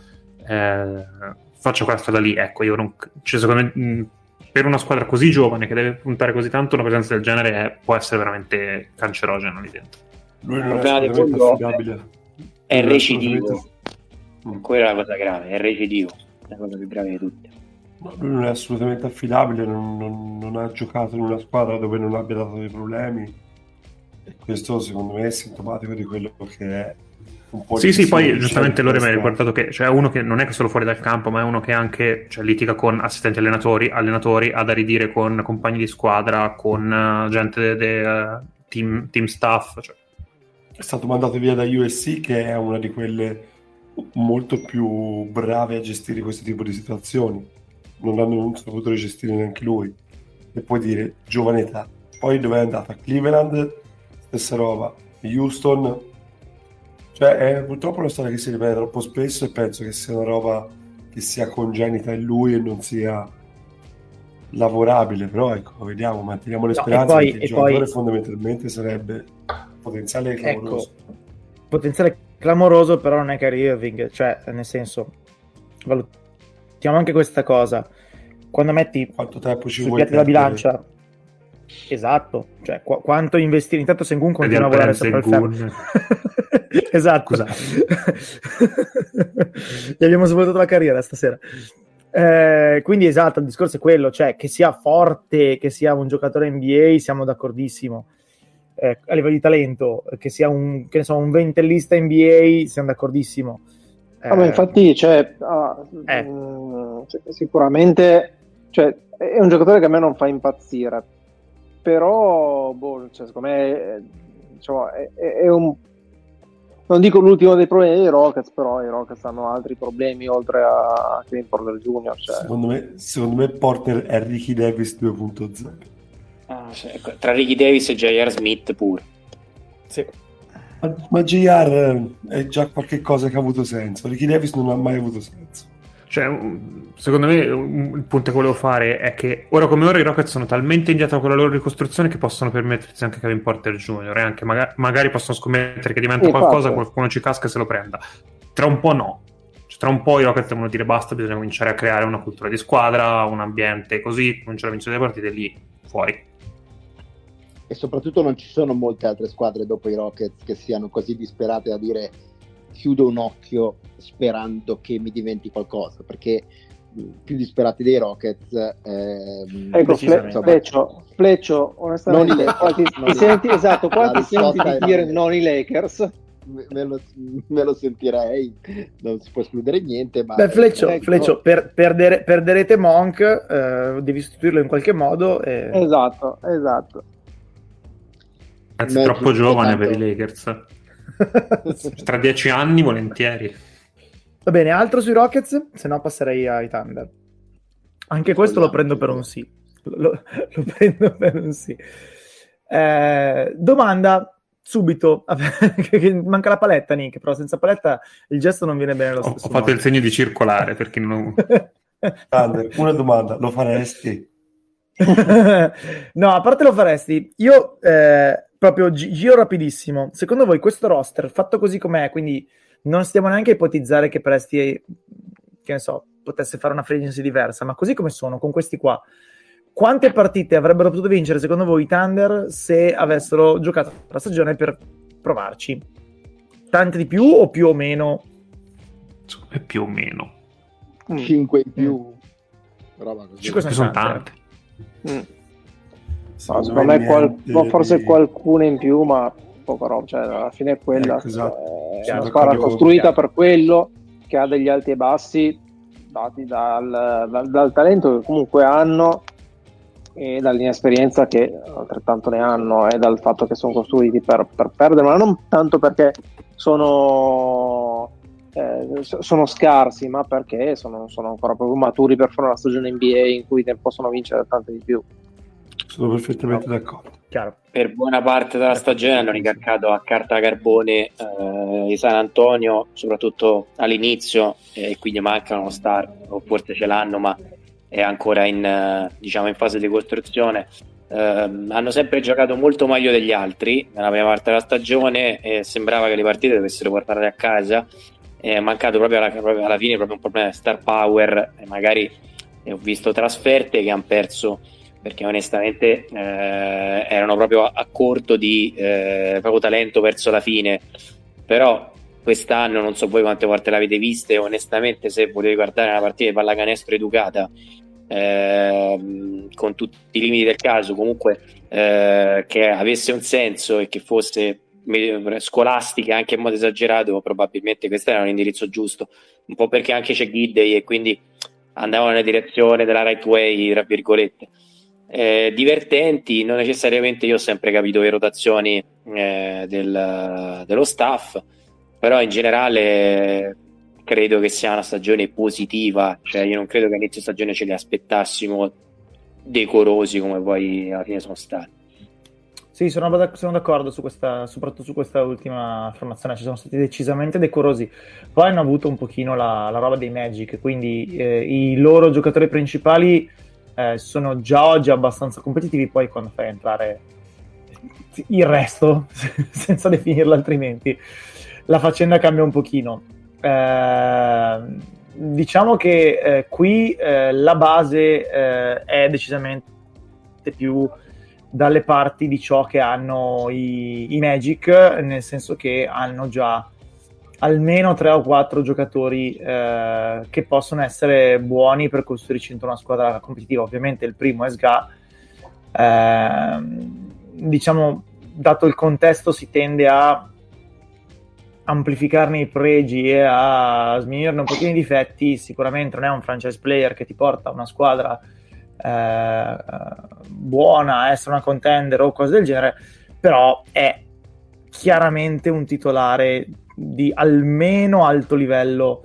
faccia quella strada lì. Ecco, io non, cioè, secondo me, per una squadra così giovane che deve puntare così tanto, una presenza del genere può essere veramente cancerogena lì dentro. Lui non è assolutamente affidabile. È recidivo. Quella è la cosa grave, è recidivo, la cosa più grave di tutte. No, lui non è assolutamente affidabile, non ha giocato in una squadra dove non abbia dato dei problemi, e questo secondo me è sintomatico di quello che è un po'. Sì, poi giustamente Lore mi ha ricordato che c'è uno che non è che solo fuori dal campo, ma è uno che anche, cioè, litiga con assistenti allenatori, ha da ridire con compagni di squadra, con gente team staff, cioè. È stato mandato via da USC, che è una di quelle molto più brave a gestire questo tipo di situazioni. Non hanno saputo gestire neanche lui, e puoi dire giovane età. Poi dove è andata? Cleveland, stessa roba. Houston, cioè è purtroppo una storia che si ripete troppo spesso, e penso che sia una roba che sia congenita in lui e non sia lavorabile. Però ecco, vediamo, manteniamo le speranze, perché il giocatore fondamentalmente sarebbe potenziale clamoroso. Ecco, potenziale clamoroso, però non è Kyrie Irving, cioè nel senso, valutiamo anche questa cosa. Quando metti quanto tempo ci sui piatti della bilancia, esatto, cioè quanto investire. Intanto Sengun continua a volare sopra il ferro. Esatto. Gli abbiamo svoltato la carriera stasera. Quindi esatto, il discorso è quello, cioè che sia forte, che sia un giocatore NBA, siamo d'accordissimo. A livello di talento, che sia un ventellista NBA, siamo d'accordissimo. Ma infatti, sicuramente, cioè, è un giocatore che a me non fa impazzire, però secondo me, diciamo, è non dico l'ultimo dei problemi dei Rockets, però i Rockets hanno altri problemi oltre a Kevin Porter Jr. Cioè. Secondo me Porter è Ricky Davis 2.0. Tra Ricky Davis e J.R. Smith pure. Sì. Ma JR è già qualche cosa che ha avuto senso. Ricky Davis non ha mai avuto senso. Cioè, secondo me il punto che volevo fare è che ora come ora i Rockets sono talmente indietro con la loro ricostruzione che possono permettersi anche Kevin Porter Jr. e anche magari possono scommettere che diventa qualcosa, qualcuno ci casca e se lo prenda. Tra un po' no. Cioè, tra un po' i Rockets devono dire basta, bisogna cominciare a creare una cultura di squadra, un ambiente così, cominciare a vincere le partite lì fuori. E soprattutto non ci sono molte altre squadre dopo i Rockets che siano così disperate a dire chiudo un occhio sperando che mi diventi qualcosa, perché più disperati dei Rockets ecco, Fleccio onestamente ti senti di dire non i Lakers. Me lo sentirei, non si può escludere niente, ma Fleccio perderete Monk, devi sostituirlo in qualche modo esatto. Anzi, troppo giovane per i Lakers. Tra 10 anni volentieri. Va bene, altro sui Rockets? Se no passerei ai Thunder. Anche questo lo prendo per un sì. Lo prendo per un sì. Domanda subito. Manca la paletta, Nick, però senza paletta il gesto non viene bene lo stesso. Ho fatto il segno di circolare per chi non... Thunder, una domanda, lo faresti? No, a parte lo faresti. Io proprio giro rapidissimo. Secondo voi questo roster fatto così com'è, quindi non stiamo neanche a ipotizzare che Presti, che ne so, potesse fare una free agency diversa, ma così come sono, con questi qua, quante partite avrebbero potuto vincere secondo voi i Thunder se avessero giocato la stagione per provarci? Tante di più o più o meno? Più o meno 5 in più, roba così. 5 sono tante. No, secondo me forse qualcuna in più, ma poca roba, cioè alla fine è quella, è una squadra costruita per quello, che ha degli alti e bassi dati dal talento che comunque hanno e dall'inesperienza che altrettanto ne hanno, e dal fatto che sono costruiti per perdere, ma non tanto perché sono scarsi, ma perché sono ancora proprio maturi per fare una stagione NBA in cui ne possono vincere tante di più. Sono perfettamente d'accordo. Chiaro. Per buona parte della stagione hanno ricaccato a carta carbone i San Antonio, soprattutto all'inizio, e quindi mancano star, o forse ce l'hanno, ma è ancora in fase di costruzione. Hanno sempre giocato molto meglio degli altri nella prima parte della stagione e sembrava che le partite dovessero portare a casa. È mancato proprio alla fine proprio un problema di star power, e magari ho visto trasferte che hanno perso perché onestamente erano proprio a corto di proprio talento verso la fine. Però quest'anno non so voi quante volte l'avete viste, onestamente se volete guardare una partita di pallacanestro educata con tutti i limiti del caso, comunque che avesse un senso e che fosse scolastica anche in modo esagerato, probabilmente questo era un indirizzo giusto, un po' perché anche c'è Giddey e quindi andavano nella direzione della right way, tra virgolette. Divertenti, non necessariamente. Io ho sempre capito le rotazioni dello staff, però in generale credo che sia una stagione positiva, cioè io non credo che all'inizio stagione ce li aspettassimo decorosi come poi alla fine sono stati. Sì, sono d'accordo su questa, soprattutto su questa ultima affermazione. Ci sono stati decisamente decorosi. Poi hanno avuto un pochino la roba dei Magic, quindi i loro giocatori principali sono già oggi abbastanza competitivi. Poi quando fai entrare il resto, senza definirlo altrimenti, la faccenda cambia un pochino. Diciamo che qui la base è decisamente più dalle parti di ciò che hanno i Magic, nel senso che hanno già almeno 3 o 4 giocatori che possono essere buoni per costruirci una squadra competitiva. Ovviamente il primo è SGA, diciamo, dato il contesto si tende a amplificarne i pregi e a sminuirne un pochino i difetti. Sicuramente non è un franchise player che ti porta una squadra buona a essere una contender o cose del genere, però è chiaramente un titolare di almeno alto livello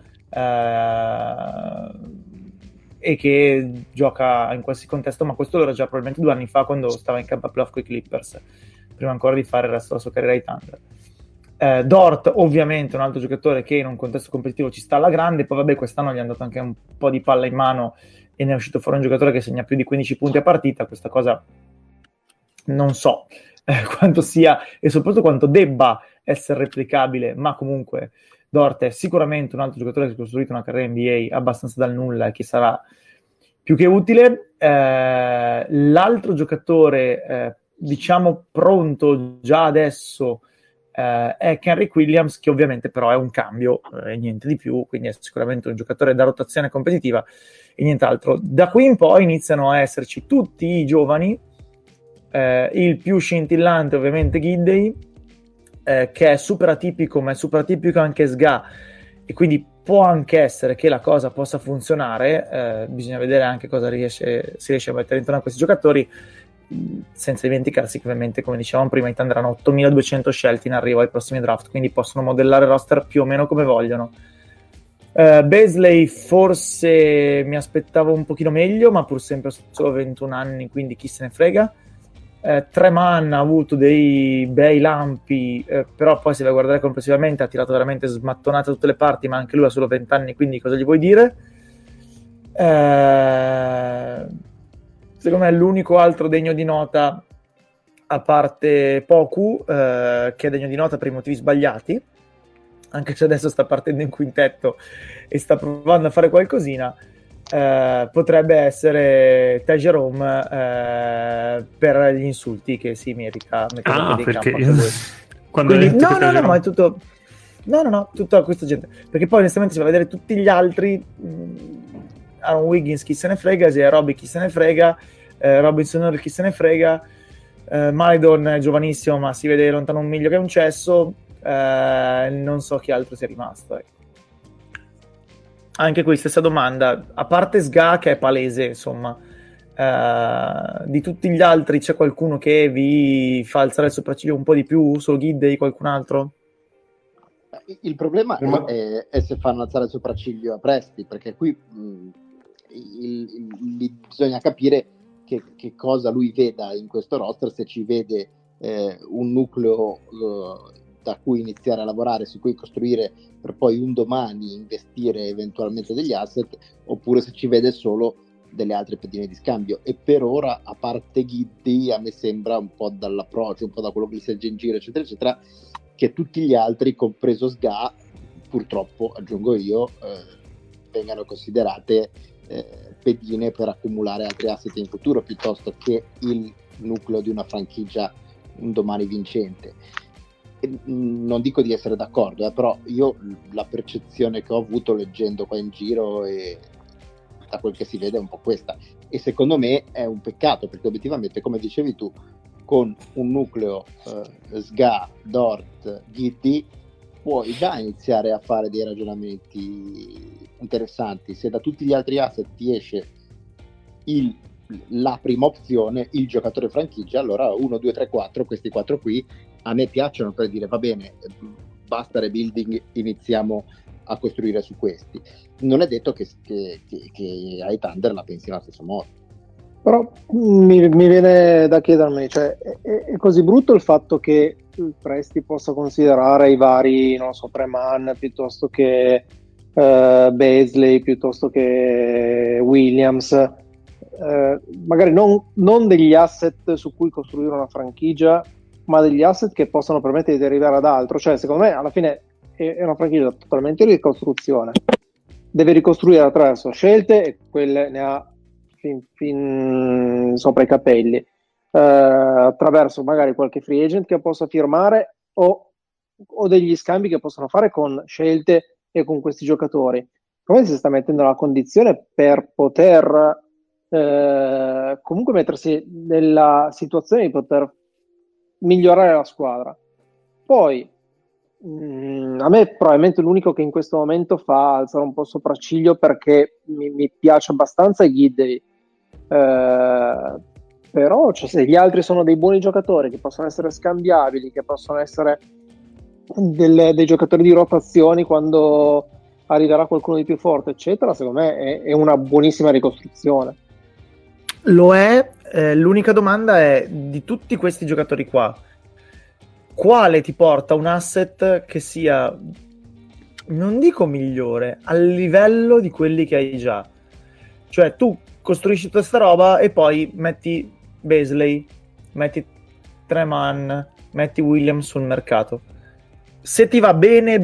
e che gioca in qualsiasi contesto, ma questo lo era già probabilmente 2 anni fa quando stava in campo a playoff con i Clippers, prima ancora di fare il resto della sua carriera ai Thunder. Dort ovviamente un altro giocatore che in un contesto competitivo ci sta alla grande, poi vabbè quest'anno gli hanno dato anche un po' di palla in mano e ne è uscito fuori un giocatore che segna più di 15 punti a partita. Questa cosa non so quanto sia e soprattutto quanto debba essere replicabile, ma comunque Dort è sicuramente un altro giocatore che ha costruito una carriera NBA abbastanza dal nulla e che sarà più che utile. L'altro giocatore diciamo pronto già adesso è Kenrich Williams, che ovviamente però è un cambio e niente di più, quindi è sicuramente un giocatore da rotazione competitiva e nient'altro. Da qui in poi iniziano a esserci tutti i giovani, il più scintillante ovviamente Giddey, che è super atipico, ma è super atipico anche SGA, e quindi può anche essere che la cosa possa funzionare. Bisogna vedere anche cosa si riesce a mettere intorno a questi giocatori, senza dimenticarsi che ovviamente, come dicevamo prima, i Thunder hanno 8200 scelte in arrivo ai prossimi draft, quindi possono modellare il roster più o meno come vogliono. Beasley forse mi aspettavo un pochino meglio, ma pur sempre solo 21 anni, quindi chi se ne frega. Treman ha avuto dei bei lampi, però poi se vai a guardare complessivamente ha tirato veramente smattonate da tutte le parti, ma anche lui ha solo 20 anni, quindi cosa gli vuoi dire? Secondo me l'unico altro degno di nota, a parte Poku, che è degno di nota per i motivi sbagliati, anche se adesso sta partendo in quintetto e sta provando a fare qualcosina, potrebbe essere Ty Jerome, per gli insulti che si merita mettere perché in campo. Quando quindi, no, ma è tutto... No, tutta questa gente. Perché poi onestamente si va a vedere tutti gli altri... Aaron Wiggins chi se ne frega, Isaiah Roby chi se ne frega, Robinson chi se ne frega, Maledon è giovanissimo ma si vede lontano un miglio che è un cesso, non so chi altro sia rimasto, ecco. Anche qui stessa domanda, a parte SGA che è palese, insomma, di tutti gli altri c'è qualcuno che vi fa alzare il sopracciglio un po' di più? Solo Giddey, qualcun altro? Il problema è se fanno alzare il sopracciglio a Presti, perché qui bisogna capire che cosa lui veda in questo roster, se ci vede un nucleo da cui iniziare a lavorare, su cui costruire per poi un domani investire eventualmente degli asset, oppure se ci vede solo delle altre pedine di scambio. E per ora, a parte Giddey, a me sembra un po' dall'approccio, un po' da quello che gli si legge in giro eccetera eccetera, che tutti gli altri, compreso SGA, purtroppo aggiungo io, vengano considerate pedine per accumulare altri asset in futuro piuttosto che il nucleo di una franchigia un domani vincente. Non dico di essere d'accordo, però io la percezione che ho avuto leggendo qua in giro e da quel che si vede è un po' questa, e secondo me è un peccato, perché obiettivamente, come dicevi tu, con un nucleo SGA, Dort, Giddey puoi già iniziare a fare dei ragionamenti interessanti. Se da tutti gli altri asset ti esce la prima opzione, il giocatore franchigia, allora 1, 2, 3, 4, questi 4 qui a me piacciono per dire va bene, basta rebuilding, iniziamo a costruire su questi. Non è detto che ai Thunder la pensi allo stesso modo. Però mi viene da chiedermi, cioè, è così brutto il fatto che Presti possa considerare i vari, non so, Treman piuttosto che Beasley, piuttosto che Williams, magari non degli asset su cui costruire una franchigia, ma degli asset che possono permettere di arrivare ad altro. Cioè, secondo me, alla fine è una franchigia totalmente di ricostruzione. Deve ricostruire attraverso scelte, e quelle ne ha fin sopra i capelli, attraverso magari qualche free agent che possa firmare o degli scambi che possono fare con scelte e con questi giocatori. Come si sta mettendo nella condizione per poter comunque mettersi nella situazione di poter migliorare la squadra. Poi a me probabilmente l'unico che in questo momento fa alzare un po' il sopracciglio, perché mi piace abbastanza, è Giddey, però cioè, se gli altri sono dei buoni giocatori che possono essere scambiabili, che possono essere dei giocatori di rotazioni quando arriverà qualcuno di più forte, eccetera, secondo me è una buonissima ricostruzione. Lo è, l'unica domanda è, di tutti questi giocatori qua, quale ti porta un asset che sia, non dico migliore, al livello di quelli che hai già? Cioè tu costruisci tutta sta roba e poi metti Beasley, metti Treman, metti Williams sul mercato. Se ti va bene,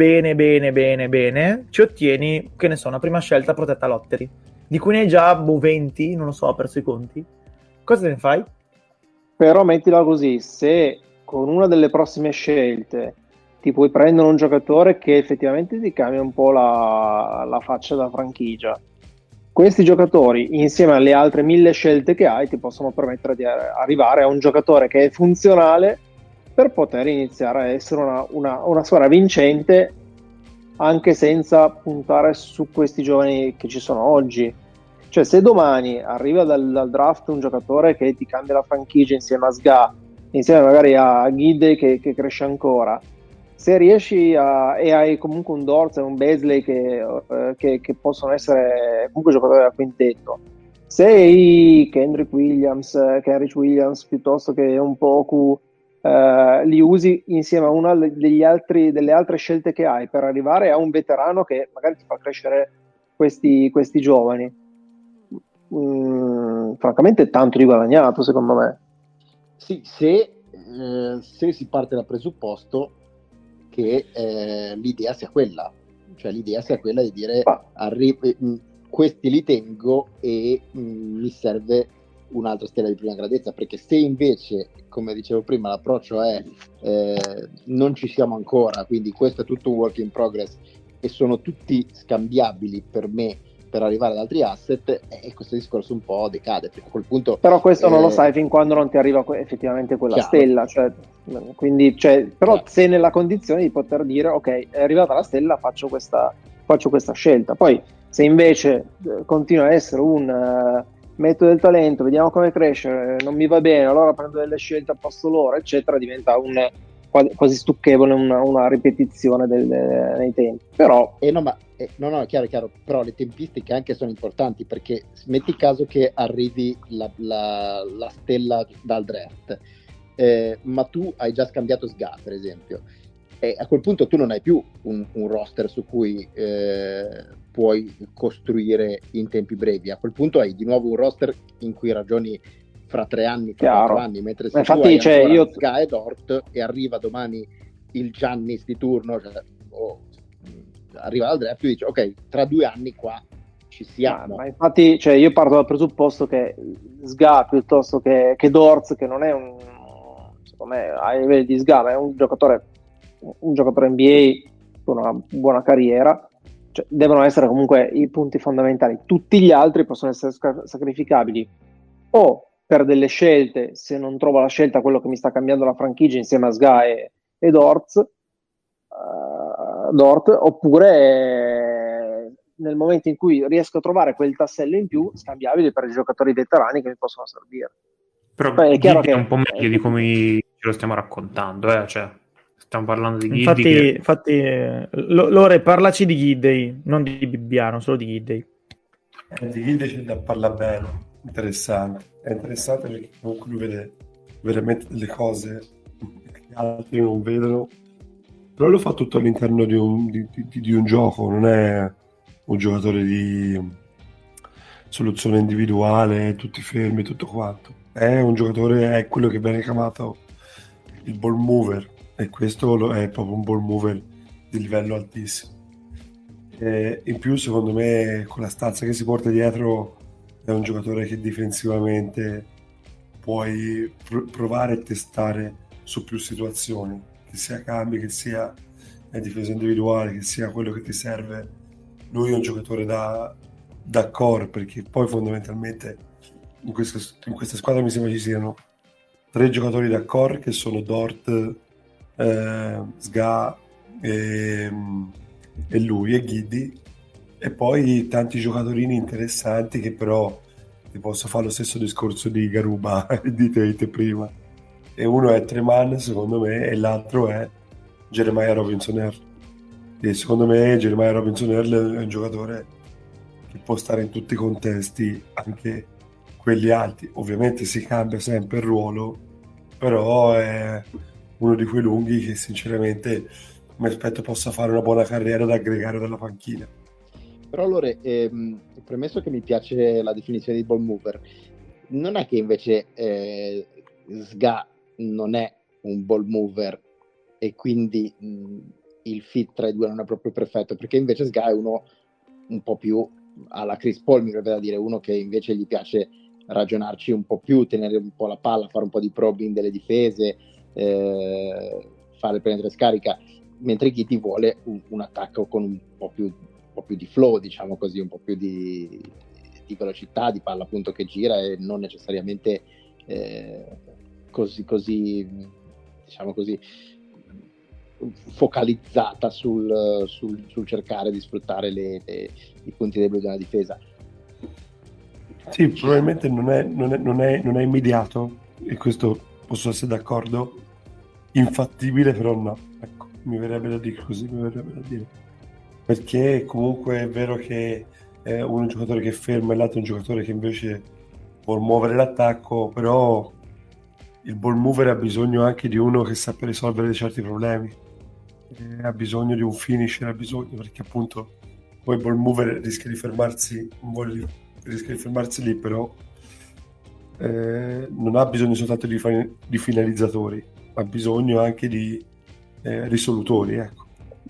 ci ottieni, che ne so, una prima scelta protetta lottery, di cui ne hai già 20, non lo so, ho perso i conti. Cosa ne fai? Però mettila così, se con una delle prossime scelte ti puoi prendere un giocatore che effettivamente ti cambia un po' la faccia da franchigia, questi giocatori insieme alle altre 1000 scelte che hai ti possono permettere di arrivare a un giocatore che è funzionale per poter iniziare a essere una squadra vincente anche senza puntare su questi giovani che ci sono oggi. Cioè, se domani arriva dal draft un giocatore che ti cambia la franchigia insieme a Sga, insieme magari a Gide che cresce ancora, se riesci e hai comunque un Dortz e un Beasley che possono essere comunque giocatori da quintetto, se hai Kenrich Williams piuttosto che un Poku, li usi insieme a una delle altre scelte che hai per arrivare a un veterano che magari ti fa crescere questi giovani. Francamente tanto di guadagnato, secondo me. Sì, se si parte dal presupposto che l'idea sia quella, cioè l'idea sia quella di dire questi li tengo e mi serve un'altra stella di prima grandezza, perché se invece, come dicevo prima, l'approccio è non ci siamo ancora, quindi questo è tutto un work in progress e sono tutti scambiabili per me per arrivare ad altri asset, e questo discorso un po' decade, perché a quel punto però questo non lo sai fin quando non ti arriva effettivamente quella stella, cioè, quindi, però chiaro, sei nella condizione di poter dire ok, è arrivata la stella, faccio questa scelta. Poi se invece continua a essere un metto del talento, vediamo come cresce, non mi va bene, allora prendo delle scelte a posto loro, eccetera, diventa quasi stucchevole, una ripetizione nei tempi. Però no, chiaro, però le tempistiche anche sono importanti, perché metti caso che arrivi la stella dal draft, ma tu hai già scambiato Sga, per esempio, e a quel punto tu non hai più un roster su cui puoi costruire in tempi brevi. A quel punto hai di nuovo un roster in cui ragioni fra 3 anni, fra 4 anni, mentre se tu hai ancora Sga e Dort e arriva domani il Giannis di turno, arriva dal draft e dici ok, tra 2 anni qua ci siamo. Ma infatti, io parto dal presupposto che Sga piuttosto che Dortz, che non è secondo me a livello di Sga, ma è un giocatore NBA con una buona carriera, cioè, devono essere comunque i punti fondamentali. Tutti gli altri possono essere sacrificabili o per delle scelte, se non trovo la scelta quello che mi sta cambiando la franchigia insieme a Sga e Dort, oppure nel momento in cui riesco a trovare quel tassello in più, scambiabile per i giocatori veterani che mi possono servire. Però è chiaro che è un po' meglio di come ce lo stiamo raccontando, cioè stiamo parlando di Giddey. Infatti Lore, parlaci di Giddey, non di Bibbiano, solo di Giddey. Di Giddey c'è da parlare bene, interessante. È interessante perché comunque lui vede veramente delle cose che gli altri non vedono, però lo fa tutto all'interno di un gioco, non è un giocatore di soluzione individuale, tutti fermi, tutto quanto. È un giocatore, è quello che viene chiamato il ball mover, e questo è proprio un ball mover di livello altissimo. In più, secondo me, con la stazza che si porta dietro, è un giocatore che difensivamente puoi provare e testare su più situazioni, che sia cambi, che sia difesa individuale, che sia quello che ti serve. Lui è un giocatore da core, perché poi fondamentalmente in questa squadra mi sembra ci siano 3 giocatori da core, che sono Dort, Sga e lui e Giddey, e poi tanti giocatorini interessanti che però ti posso fare lo stesso discorso di Garuba e di Tate prima, e uno è Treman secondo me e l'altro è Jeremiah Robinson-Earl. E secondo me Jeremiah Robinson-Earl è un giocatore che può stare in tutti i contesti, anche quelli alti. Ovviamente si cambia sempre il ruolo, però è uno di quei lunghi che sinceramente mi aspetto possa fare una buona carriera da aggregare dalla panchina. Però allora, premesso che mi piace la definizione di ball mover, non è che invece Sga non è un ball mover e quindi il fit tra i due non è proprio perfetto, perché invece Sga è uno un po' più alla Chris Paul, mi verrebbe da dire, uno che invece gli piace ragionarci un po' più, tenere un po' la palla, fare un po' di probing delle difese, fare penetra e scarica, mentre Giddey vuole un attacco con un po' più di flow, diciamo così, un po' più di velocità, di palla appunto che gira e non necessariamente così diciamo così focalizzata sul cercare di sfruttare i punti deboli della difesa. Sì, probabilmente non è immediato, e questo posso essere d'accordo, infattibile, però no, ecco, mi verrebbe da dire così, perché comunque è vero che è un giocatore che ferma e l'altro è un giocatore che invece vuol muovere l'attacco, però il ball mover ha bisogno anche di uno che sappia risolvere certi problemi, ha bisogno di un finisher, perché appunto poi il ball mover rischia di fermarsi lì, però non ha bisogno soltanto di finalizzatori, ha bisogno anche di risolutori, ecco,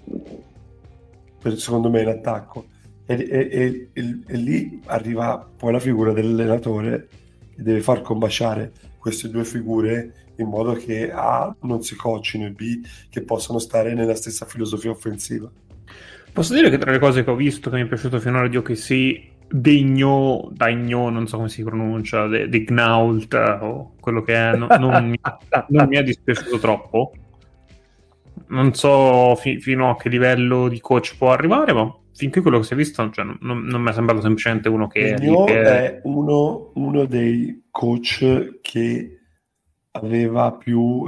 secondo me in attacco, e lì arriva poi la figura dell'allenatore che deve far combaciare queste due figure in modo che A non si coccino e B che possano stare nella stessa filosofia offensiva. Posso dire che tra le cose che ho visto che mi è piaciuto finora di OKC, Degno, non so come si pronuncia, De Gnault o quello che è, non mi è dispiaciuto troppo. Non so fino a che livello di coach può arrivare, ma finché quello che si è visto, cioè, non mi è sembrato semplicemente uno che è uno dei coach che aveva più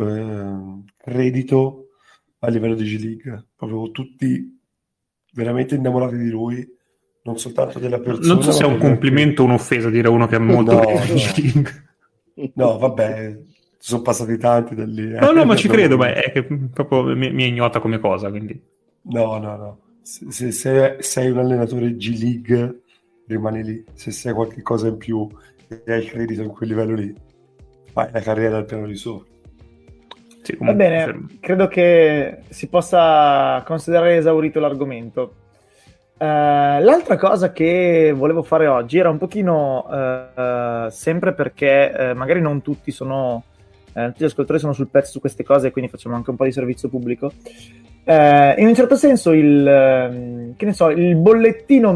credito a livello di G-League, proprio tutti veramente innamorati di lui, non soltanto della persona. Non so se è un complimento o un'offesa dire uno che è molto G-League. No, vabbè, sono passati tanti da lì. No, ma ci credo, ma è che proprio mi è ignota come cosa, quindi. No. Se sei un allenatore G-League, rimani lì. Se sei qualche cosa in più e hai credito in quel livello lì, fai la carriera al piano di sopra. Sì, va bene, credo che si possa considerare esaurito l'argomento. L'altra cosa che volevo fare oggi era un pochino sempre perché magari non tutti tutti gli ascoltatori sono sul pezzo su queste cose, quindi facciamo anche un po' di servizio pubblico. In un certo senso che ne so, il bollettino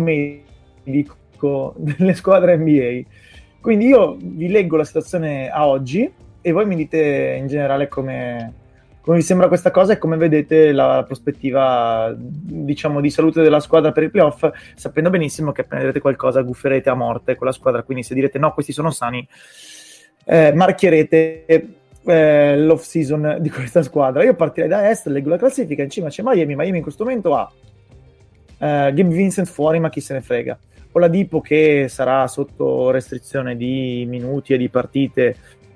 medico delle squadre NBA. Quindi io vi leggo la situazione a oggi e voi mi dite in generale come vi sembra questa cosa e come vedete la prospettiva, diciamo, di salute della squadra per i playoff, sapendo benissimo che appena vedrete qualcosa gufferete a morte con la squadra, quindi se direte no, questi sono sani, marchierete l'off season di questa squadra. Io partirei da est, leggo la classifica, in cima c'è Miami in questo momento ha Gabe Vincent fuori, ma chi se ne frega, Oladipo che sarà sotto restrizione di minuti e di partite,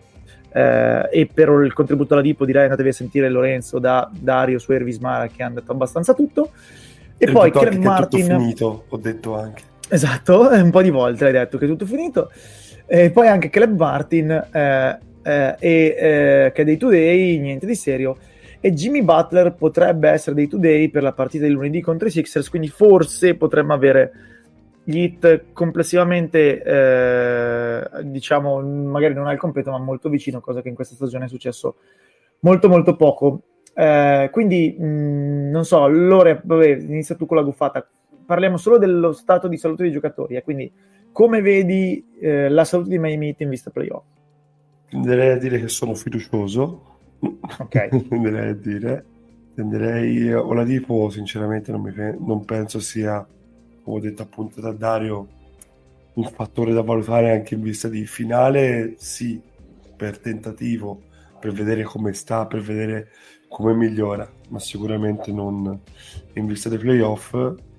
e per il contributo Oladipo direi andatevi a sentire Lorenzo da Dario su Ervismara che hanno detto abbastanza tutto, e poi Caleb Martin è tutto finito, ho detto anche, esatto, un po' di volte hai detto che è tutto finito, e poi anche Caleb Martin che è day to day, niente di serio, e Jimmy Butler potrebbe essere day to day per la partita di lunedì contro i Sixers, quindi forse potremmo avere gli Heat complessivamente, diciamo, magari non al completo ma molto vicino, cosa che in questa stagione è successo molto molto poco, quindi non so, Lore, vabbè, inizia tu con la guffata, parliamo solo dello stato di salute dei giocatori, quindi come vedi la salute di Miami Heat in vista playoff? Tenderei a dire che sono fiducioso. Ok. tenderei Oladipo sinceramente non penso sia, come ho detto appunto da Dario, un fattore da valutare anche in vista di finale, sì, per tentativo per vedere come sta, per vedere come migliora, ma sicuramente non in vista dei playoff.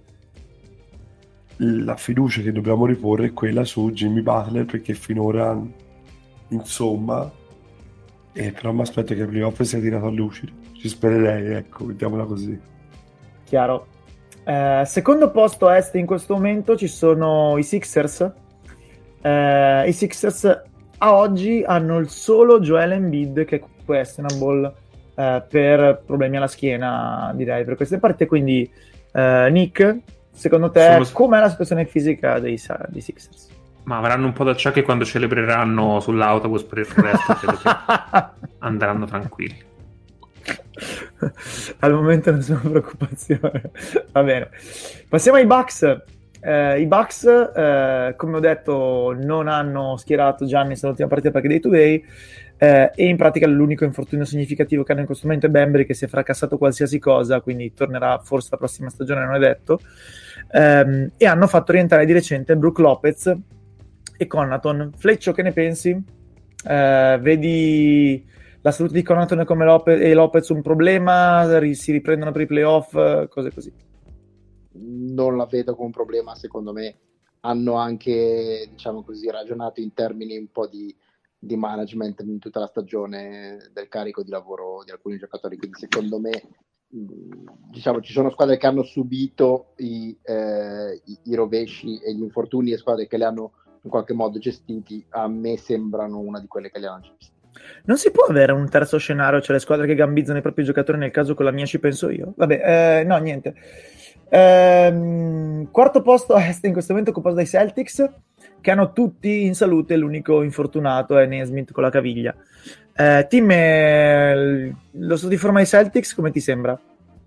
La fiducia che dobbiamo riporre è quella su Jimmy Butler, perché finora, insomma, però mi aspetto che il playoff sia tirato a luci. Ci spererei, ecco, mettiamola così. Chiaro. Secondo posto est in questo momento ci sono i Sixers. I Sixers a oggi hanno il solo Joel Embiid che è questionable per problemi alla schiena, direi, per queste partite. Quindi Nick, secondo te com'è la situazione fisica dei Sixers? Ma avranno un po' d'acciacchi quando celebreranno sull'autobus, per il resto credo che andranno tranquilli. Al momento nessuna preoccupazione. Va bene, passiamo ai Bucks. I Bucks, come ho detto, non hanno schierato Giannis all'ultima partita perché day to day, e in pratica l'unico infortunio significativo che hanno in questo momento è Bembry, che si è fracassato qualsiasi cosa, quindi tornerà forse la prossima stagione, non è detto. E hanno fatto rientrare di recente Brook Lopez e Connaughton. Fleccio, che ne pensi? Vedi la salute di Connaughton e Lopez un problema? Si riprendono per i playoff? Cose così. Non la vedo come un problema, secondo me hanno anche, diciamo così, ragionato in termini un po' di management in tutta la stagione del carico di lavoro di alcuni giocatori, quindi secondo me, diciamo, ci sono squadre che hanno subito i rovesci e gli infortuni e squadre che le hanno in qualche modo gestiti. A me sembrano una di quelle che le hanno gestiti. Non si può avere un terzo scenario, cioè le squadre che gambizzano i propri giocatori, nel caso con la mia ci penso io. Vabbè, no, niente. Quarto posto a est in questo momento occupato dai Celtics, che hanno tutti in salute, l'unico infortunato è Nesmith con la caviglia. Tim, lo stato di forma dei Celtics come ti sembra?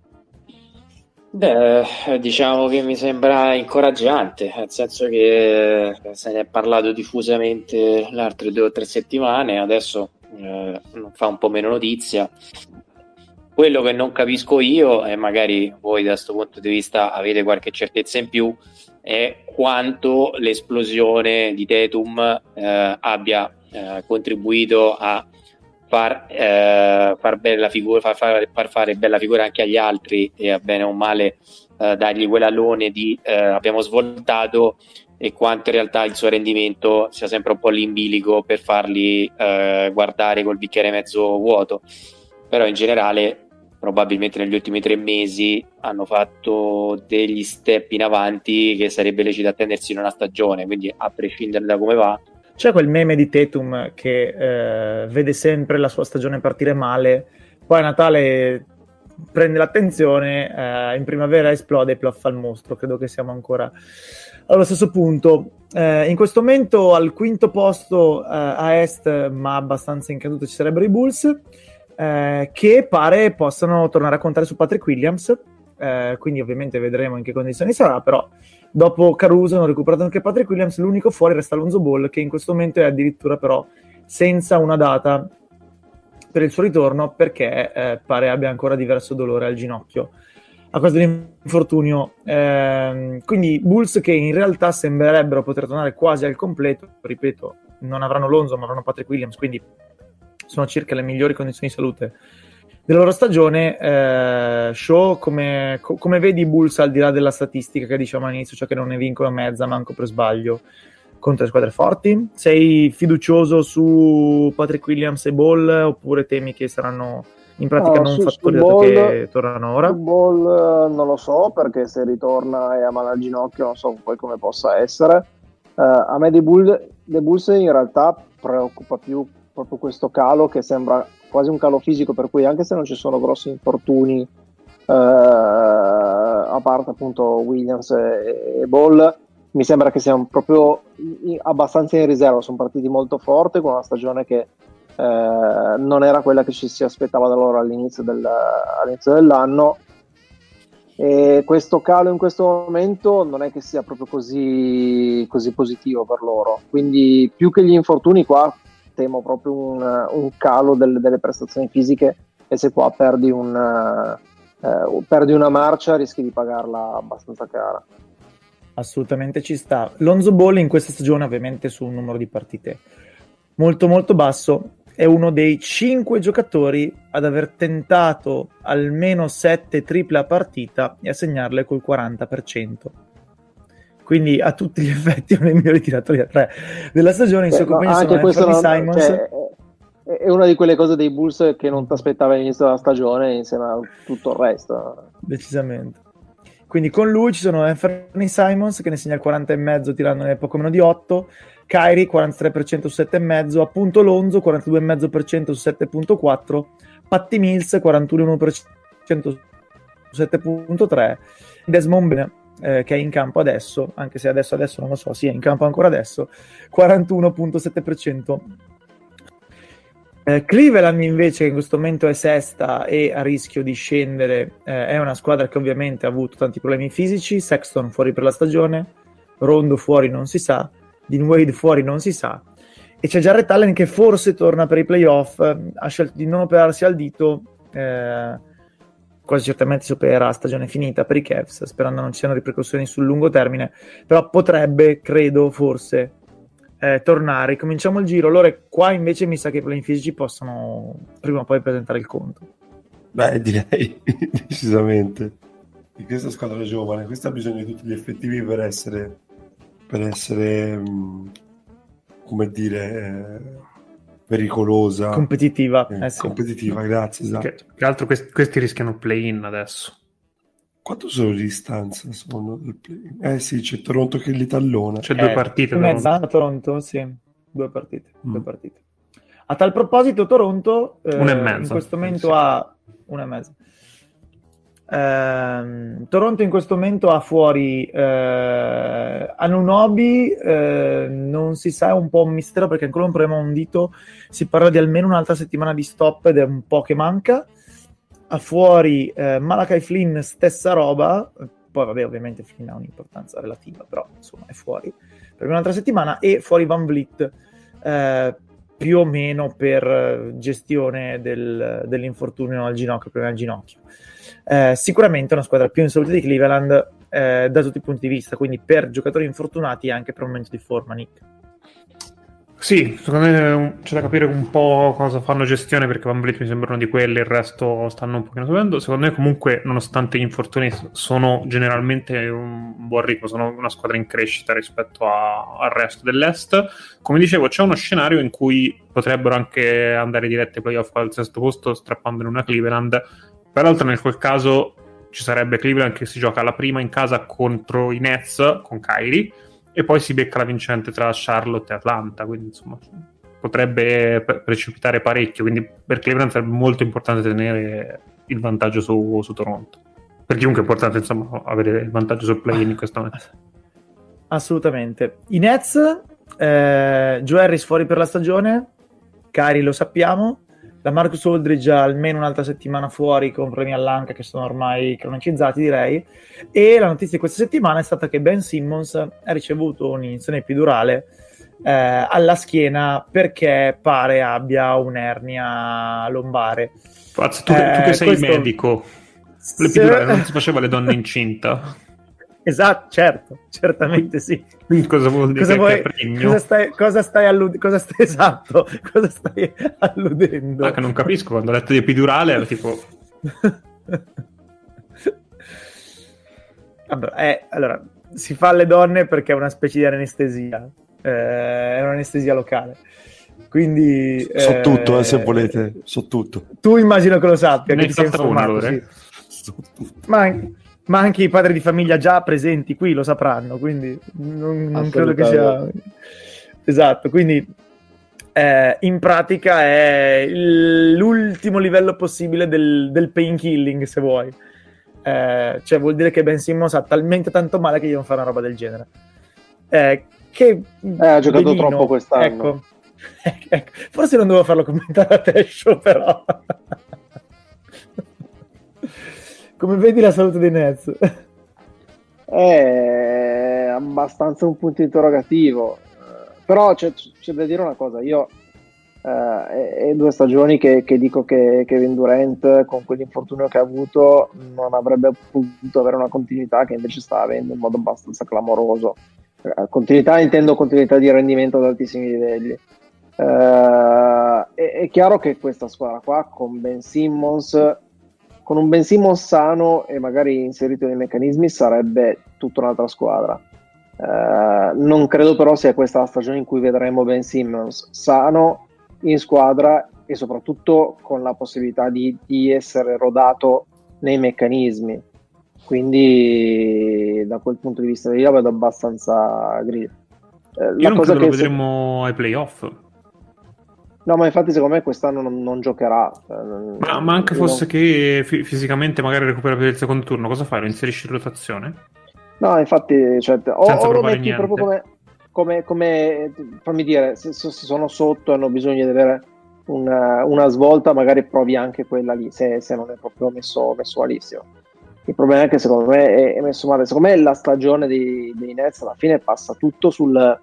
Diciamo che mi sembra incoraggiante, nel senso che se ne è parlato diffusamente le altre 2 o 3 settimane, adesso fa un po' meno notizia. Quello che non capisco io, e magari voi da questo punto di vista avete qualche certezza in più, è quanto l'esplosione di Tatum abbia contribuito a far fare bella figura anche agli altri, e a bene o male dargli quell'alone di abbiamo svoltato, e quanto in realtà il suo rendimento sia sempre un po' lì in bilico per farli guardare col bicchiere mezzo vuoto. Però in generale probabilmente negli ultimi 3 mesi hanno fatto degli step in avanti che sarebbe lecito attendersi in una stagione, quindi a prescindere da come va. C'è quel meme di Tatum che vede sempre la sua stagione partire male, poi a Natale prende l'attenzione, in primavera esplode e plaffa il mostro. Credo che siamo ancora allo stesso punto. In questo momento al quinto posto a est, ma abbastanza in caduta, ci sarebbero i Bulls, che pare possano tornare a contare su Patrick Williams, quindi ovviamente vedremo in che condizioni sarà, però dopo Caruso hanno recuperato anche Patrick Williams. L'unico fuori resta Lonzo Ball, che in questo momento è addirittura però senza una data per il suo ritorno, perché pare abbia ancora diverso dolore al ginocchio a causa dell'infortunio. Quindi Bulls che in realtà sembrerebbero poter tornare quasi al completo. Ripeto, non avranno Lonzo ma avranno Patrick Williams, quindi sono circa le migliori condizioni di salute della loro stagione. Show, come vedi i Bulls al di là della statistica che diciamo all'inizio, cioè che non ne vincono mezza manco per sbaglio contro le squadre forti? Sei fiducioso su Patrick Williams e Ball, oppure temi che saranno in pratica non fattori dato che tornano ora? Ball non lo so, perché se ritorna e ha male al ginocchio non so poi come possa essere. A me dei Bulls in realtà preoccupa più proprio questo calo, che sembra quasi un calo fisico, per cui anche se non ci sono grossi infortuni, a parte appunto Williams e Ball, mi sembra che siano proprio abbastanza in riserva. Sono partiti molto forte con una stagione che non era quella che ci si aspettava da loro all'inizio dell'anno, e questo calo in questo momento non è che sia proprio così positivo per loro, quindi più che gli infortuni qua temo proprio un calo delle prestazioni fisiche, e se qua perdi una marcia rischi di pagarla abbastanza cara. Assolutamente ci sta. Lonzo Ball in questa stagione ovviamente su un numero di partite molto molto basso. è uno dei 5 giocatori ad aver tentato almeno 7 triple a partita e a segnarle col 40%. Quindi a tutti gli effetti uno dei migliori tiratori a 3 della stagione. In suoi compagni sono Anthony Simons. È una di quelle cose dei Bulls che non ti aspettava all'inizio della stagione insieme a tutto il resto. Decisamente. Quindi con lui ci sono Anthony Simons che ne segna il 40,5 tirandone poco meno di 8, Kyrie 43% su 7,5, appunto Lonzo 42,5% su 7,4, Patty Mills 41,1% su 7,3, Desmond Bane che è in campo adesso, anche se adesso non lo so, sì, è in campo ancora adesso, 41,7%. Cleveland invece, che in questo momento è sesta e a rischio di scendere, è una squadra che ovviamente ha avuto tanti problemi fisici. Sexton fuori per la stagione, Rondo fuori non si sa, Dean Wade fuori non si sa, e c'è Jarrett Allen che forse torna per i playoff. Ha scelto di non operarsi al dito, quasi certamente si opererà a stagione finita per i Cavs, sperando non ci siano ripercussioni sul lungo termine, però potrebbe, credo, forse tornare. Cominciamo il giro. Allora qua invece mi sa che i problemi fisici possono prima o poi presentare il conto. Beh, direi decisamente di questa squadra giovane, questa ha bisogno di tutti gli effettivi per essere come dire, pericolosa, competitiva, sì. Competitiva, grazie, esatto. Che altro questi rischiano play-in adesso. Quanto sono di distanza secondo il play? Sì, c'è Toronto che li tallona. C'è 2 partite. Mezza a Toronto, sì. 2 partite. 2 partite. A tal proposito, Toronto 1,5 in questo momento ha 1,5. Toronto in questo momento ha fuori Anunoby, non si sa, è un po' un mistero perché ancora un problema a un dito, si parla di almeno un'altra settimana di stop ed è un po' che manca. Ha fuori Malachi Flynn, stessa roba, poi vabbè ovviamente Flynn ha un'importanza relativa, però insomma è fuori per un'altra settimana, e fuori Van Vliet più o meno per gestione dell'infortunio al ginocchio, problema al ginocchio. Sicuramente una squadra più in salute di Cleveland da tutti i punti di vista, quindi per giocatori infortunati e anche per un momento di forma, Nick. Sì, secondo me c'è da capire un po' cosa fanno gestione, perché Van Vliet mi sembra uno di quelli, il resto stanno un pochino subendo. Secondo me comunque, nonostante gli infortuni, sono generalmente un buon ritmo, sono una squadra in crescita rispetto al resto dell'Est. Come dicevo, c'è uno scenario in cui potrebbero anche andare diretti ai playoff al sesto posto, strappandone una Cleveland. Peraltro nel quel caso ci sarebbe Cleveland che si gioca la prima in casa contro i Nets con Kyrie, e poi si becca la vincente tra Charlotte e Atlanta, quindi insomma potrebbe precipitare parecchio, quindi per Cleveland sarebbe molto importante tenere il vantaggio su Toronto. Per chiunque è importante insomma avere il vantaggio sul play-in in questo momento. Assolutamente. I Nets, Joe Harris fuori per la stagione, Kyrie lo sappiamo, la Marcus Aldridge ha almeno un'altra settimana fuori con problemi all'anca che sono ormai cronicizzati, direi, e la notizia di questa settimana è stata che Ben Simmons ha ricevuto un'iniezione epidurale alla schiena perché pare abbia un'ernia lombare. Pazzo, tu che sei medico, l'epidurale non si faceva alle donne incinta? Esatto, certo, certamente sì. Cosa vuol dire? Cosa stai alludendo? Ah, che non capisco, quando ho letto di epidurale ero tipo... Vabbè, allora, si fa alle donne perché è una specie di anestesia, è un'anestesia locale. Quindi... So tutto, se volete, so tutto. Tu immagino che lo sappia, che ti sei informato, allora, sì. So tutto. Ma anche i padri di famiglia già presenti qui lo sapranno, quindi non credo che sia... Esatto, quindi in pratica è l'ultimo livello possibile del pain killing, se vuoi. Cioè vuol dire che Ben Simmons ha talmente tanto male che gli non fa una roba del genere. Che ha giocato troppo quest'anno. Ecco. Forse non dovevo farlo commentare a Tescio, però... Come vedi la salute dei Nets? È abbastanza un punto interrogativo, però c'è da dire una cosa. Io è 2 stagioni che dico che Kevin Durant, con quell'infortunio che ha avuto, non avrebbe potuto avere una continuità che invece sta avendo in modo abbastanza clamoroso. Continuità intendo continuità di rendimento ad altissimi livelli. E è chiaro che questa squadra qua con un Ben Simmons sano e magari inserito nei meccanismi sarebbe tutta un'altra squadra. Non credo però sia questa la stagione in cui vedremo Ben Simmons sano in squadra e soprattutto con la possibilità di essere rodato nei meccanismi. Quindi da quel punto di vista io vedo abbastanza grigio. Io non credo lo vedremo ai playoff. No, ma infatti secondo me quest'anno non giocherà. Ma anche fosse che fisicamente magari recupera per il secondo turno, cosa fai? Lo inserisci in rotazione? No, infatti, cioè, o lo metti niente. proprio come fammi dire, se sono sotto e hanno bisogno di avere una svolta, magari provi anche quella lì, se non è proprio messo malissimo. Il problema è che secondo me è messo male. Secondo me la stagione dei Nets alla fine passa tutto sul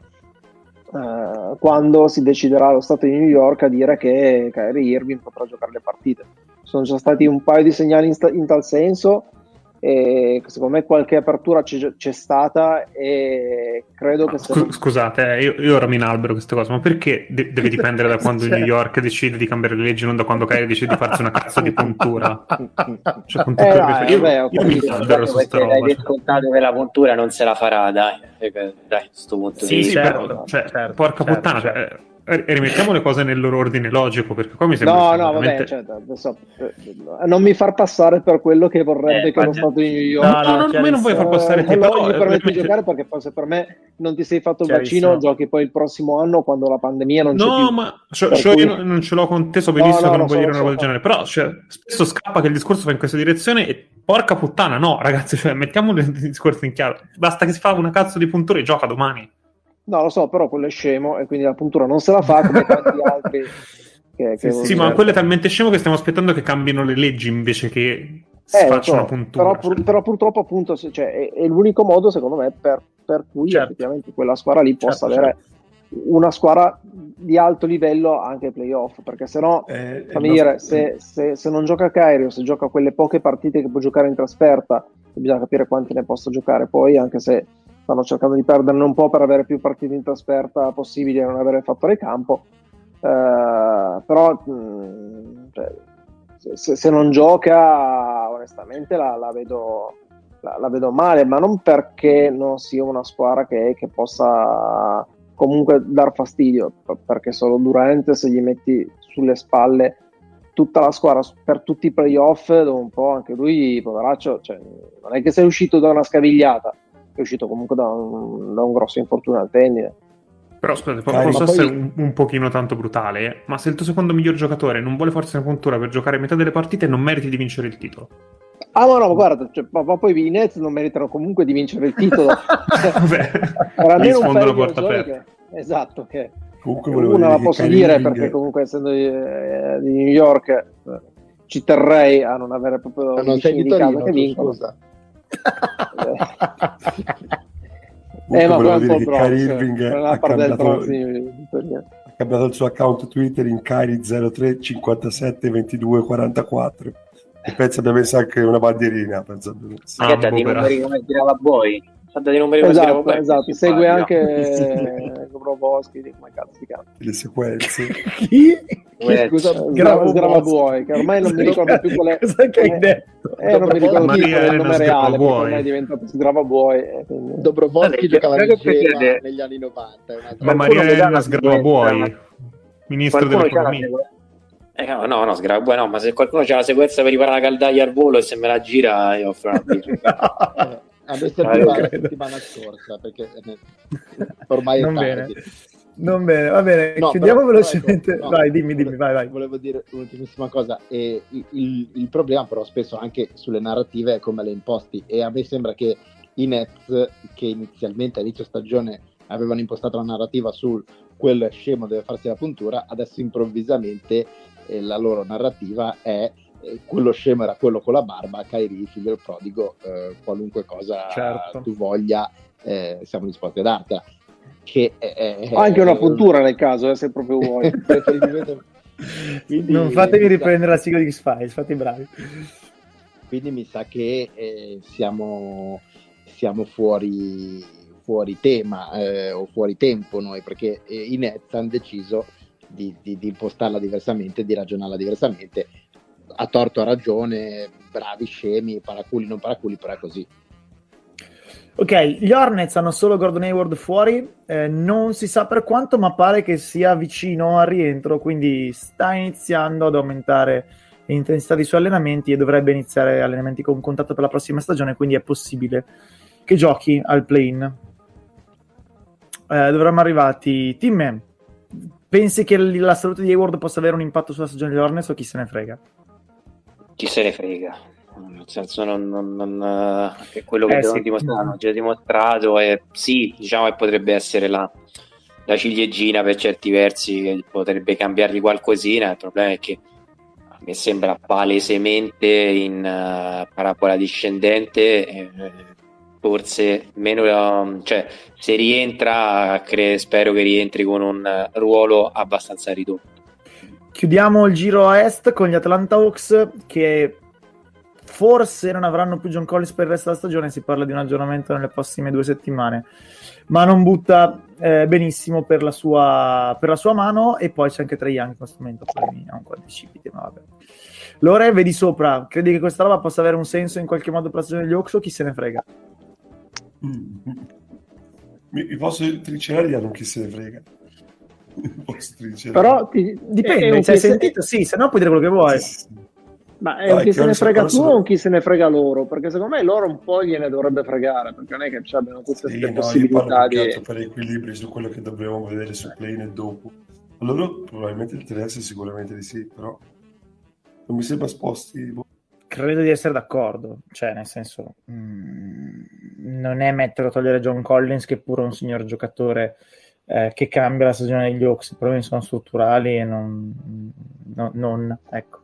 quando si deciderà lo Stato di New York a dire che Kyrie Irving potrà giocare le partite. Sono già stati un paio di segnali in tal senso e secondo me qualche apertura c'è stata e credo che scusate, io ero in albero queste cose, ma perché deve dipendere da quando New York decide di cambiare le leggi, non da quando Kyrie decide di farsi una cazzo di puntura? Cioè, io mi albero su sta roba. Dai scontato che la puntura non se la farà, dai sto punto sì, certo, porca puttana, cioè, rimettiamo le cose nel loro ordine logico, perché qua mi sembra vabbè, adesso, non mi far passare per quello che vorrebbe che lo Stato di New York. No, a me non voglio far passare te, però gli permetti di giocare, perché poi se per me non ti sei fatto il vaccino giochi poi il prossimo anno quando la pandemia non c'è più. No, ma io non ce l'ho con te, so benissimo che non vuoi dire una cosa del genere, però spesso scappa che il discorso va in questa direzione e porca puttana, no ragazzi, cioè mettiamo il discorso in chiaro, basta che si fa una cazzo di puntura e gioca domani. No, lo so, però quello è scemo e quindi la puntura non se la fa come tanti altri. Sì, ma quello è talmente scemo che stiamo aspettando che cambino le leggi invece che si faccia una puntura. Però purtroppo appunto è l'unico modo secondo me per cui effettivamente quella squadra lì possa avere una squadra di alto livello anche ai playoff, perché sennò fammi dire, se non gioca Kyrie o se gioca quelle poche partite che può giocare in trasferta, bisogna capire quante ne possa giocare poi, anche se stanno cercando di perderne un po' per avere più partite in trasferta possibili e non avere fattore campo, però se non gioca onestamente la vedo male, ma non perché non sia una squadra che possa comunque dar fastidio, perché solo Durant, se gli metti sulle spalle tutta la squadra per tutti i playoff, dopo un po' anche lui, poveraccio, non è che sei uscito da una scavigliata, è uscito comunque da un grosso infortunio al tendine. Però scusate, posso essere un pochino tanto brutale, ma se il tuo secondo miglior giocatore non vuole farsi una puntura per giocare metà delle partite, non meriti di vincere il titolo. No, guarda, ma poi i Nets non meritano comunque di vincere il titolo. Vabbè, gli sfondo la porta aperta. Esatto, che comunque una la posso dire perché comunque essendo di New York ci terrei a non avere proprio non sei di Torino, che vincono. Scusa. Ma volevo dire che Kyrie Irving ha cambiato il suo account Twitter in Kyrie03 57 22 44 e penso abbia messo anche una bandierina, penso di numeri come tirava Boy. Esatto. Segue anche Dobrovolsky, come cazzo si chiama? Le sequenze. Chi? Scusa, Sgrava Buoi, che ormai non mi ricordo più qual è. Cosa che hai detto? Non mi ricordo più qual è il nome reale, perché ormai è diventato Sgrava Buoi. Dobrovolsky giocava in Genoa negli anni 90. Ma Maria Elena Sgrava Buoi, ministro dell'economia. No, Sgrava Buoi no, ma se qualcuno c'ha la sequenza per riparare la caldaia al volo e se me la gira io offro una birra. A me serviva la settimana scorsa perché ormai è tardi. Non bene, va bene, chiudiamo velocemente. Vai, dimmi, vai. Volevo dire un'ultimissima cosa. Il problema però spesso anche sulle narrative è come le imposti, e a me sembra che i Nets, che inizialmente a inizio stagione avevano impostato la narrativa sul quello è scemo, deve farsi la puntura, adesso improvvisamente la loro narrativa è quello scemo era quello con la barba, Kyrie, figlio del prodigo, qualunque cosa tu voglia, siamo disposti a dartela. Che anche una puntura nel caso, se proprio vuoi. Quindi, non fatevi riprendere la sigla di X-Files, fate bravi. Quindi mi sa che siamo fuori tema o fuori tempo noi, perché i Nets hanno deciso di impostarla diversamente, di ragionarla diversamente. A torto a ragione, bravi, scemi, paraculi, non paraculi, però è così. Ok, gli Hornets hanno solo Gordon Hayward fuori, non si sa per quanto, ma pare che sia vicino al rientro, quindi sta iniziando ad aumentare l'intensità dei suoi allenamenti e dovrebbe iniziare allenamenti con contatto per la prossima stagione, quindi è possibile che giochi al play-in. Dovremmo arrivati. Tim, pensi che la salute di Hayward possa avere un impatto sulla stagione degli Hornets o chi se ne frega? Chi se ne frega, nel senso che quello che devono dimostrare hanno già dimostrato, e sì, diciamo che potrebbe essere la ciliegina per certi versi, che potrebbe cambiargli qualcosina. Il problema è che a me sembra palesemente in parabola discendente, forse meno, cioè se rientra spero che rientri con un ruolo abbastanza ridotto. Chiudiamo il giro a est con gli Atlanta Hawks, che forse non avranno più John Collins per il resto della stagione. Si parla di un aggiornamento nelle prossime 2 settimane, ma non butta benissimo per la sua mano. E poi c'è anche Trae Young in questo momento, poi non quanticipite, ma vabbè. Lore, vedi sopra, credi che questa roba possa avere un senso in qualche modo per la stagione degli Hawks o chi se ne frega? Mi posso trincerare a non chi se ne frega. Però dipende, se hai sentito, sì, se no puoi dire quello che vuoi. Sì. Ma è un chi se ne frega tu o un chi se ne frega loro? Perché secondo me loro un po' gliene dovrebbe fregare, perché non è che abbiano tutte queste possibilità io parlo per equilibri su quello che dovremo vedere su play e dopo. A loro probabilmente interessa, sicuramente di sì, però non mi sembra sposti. Credo di essere d'accordo, cioè nel senso non è mettere a togliere John Collins, che è pure un signor giocatore che cambia la stagione degli Hawks. I problemi sono strutturali e non ecco.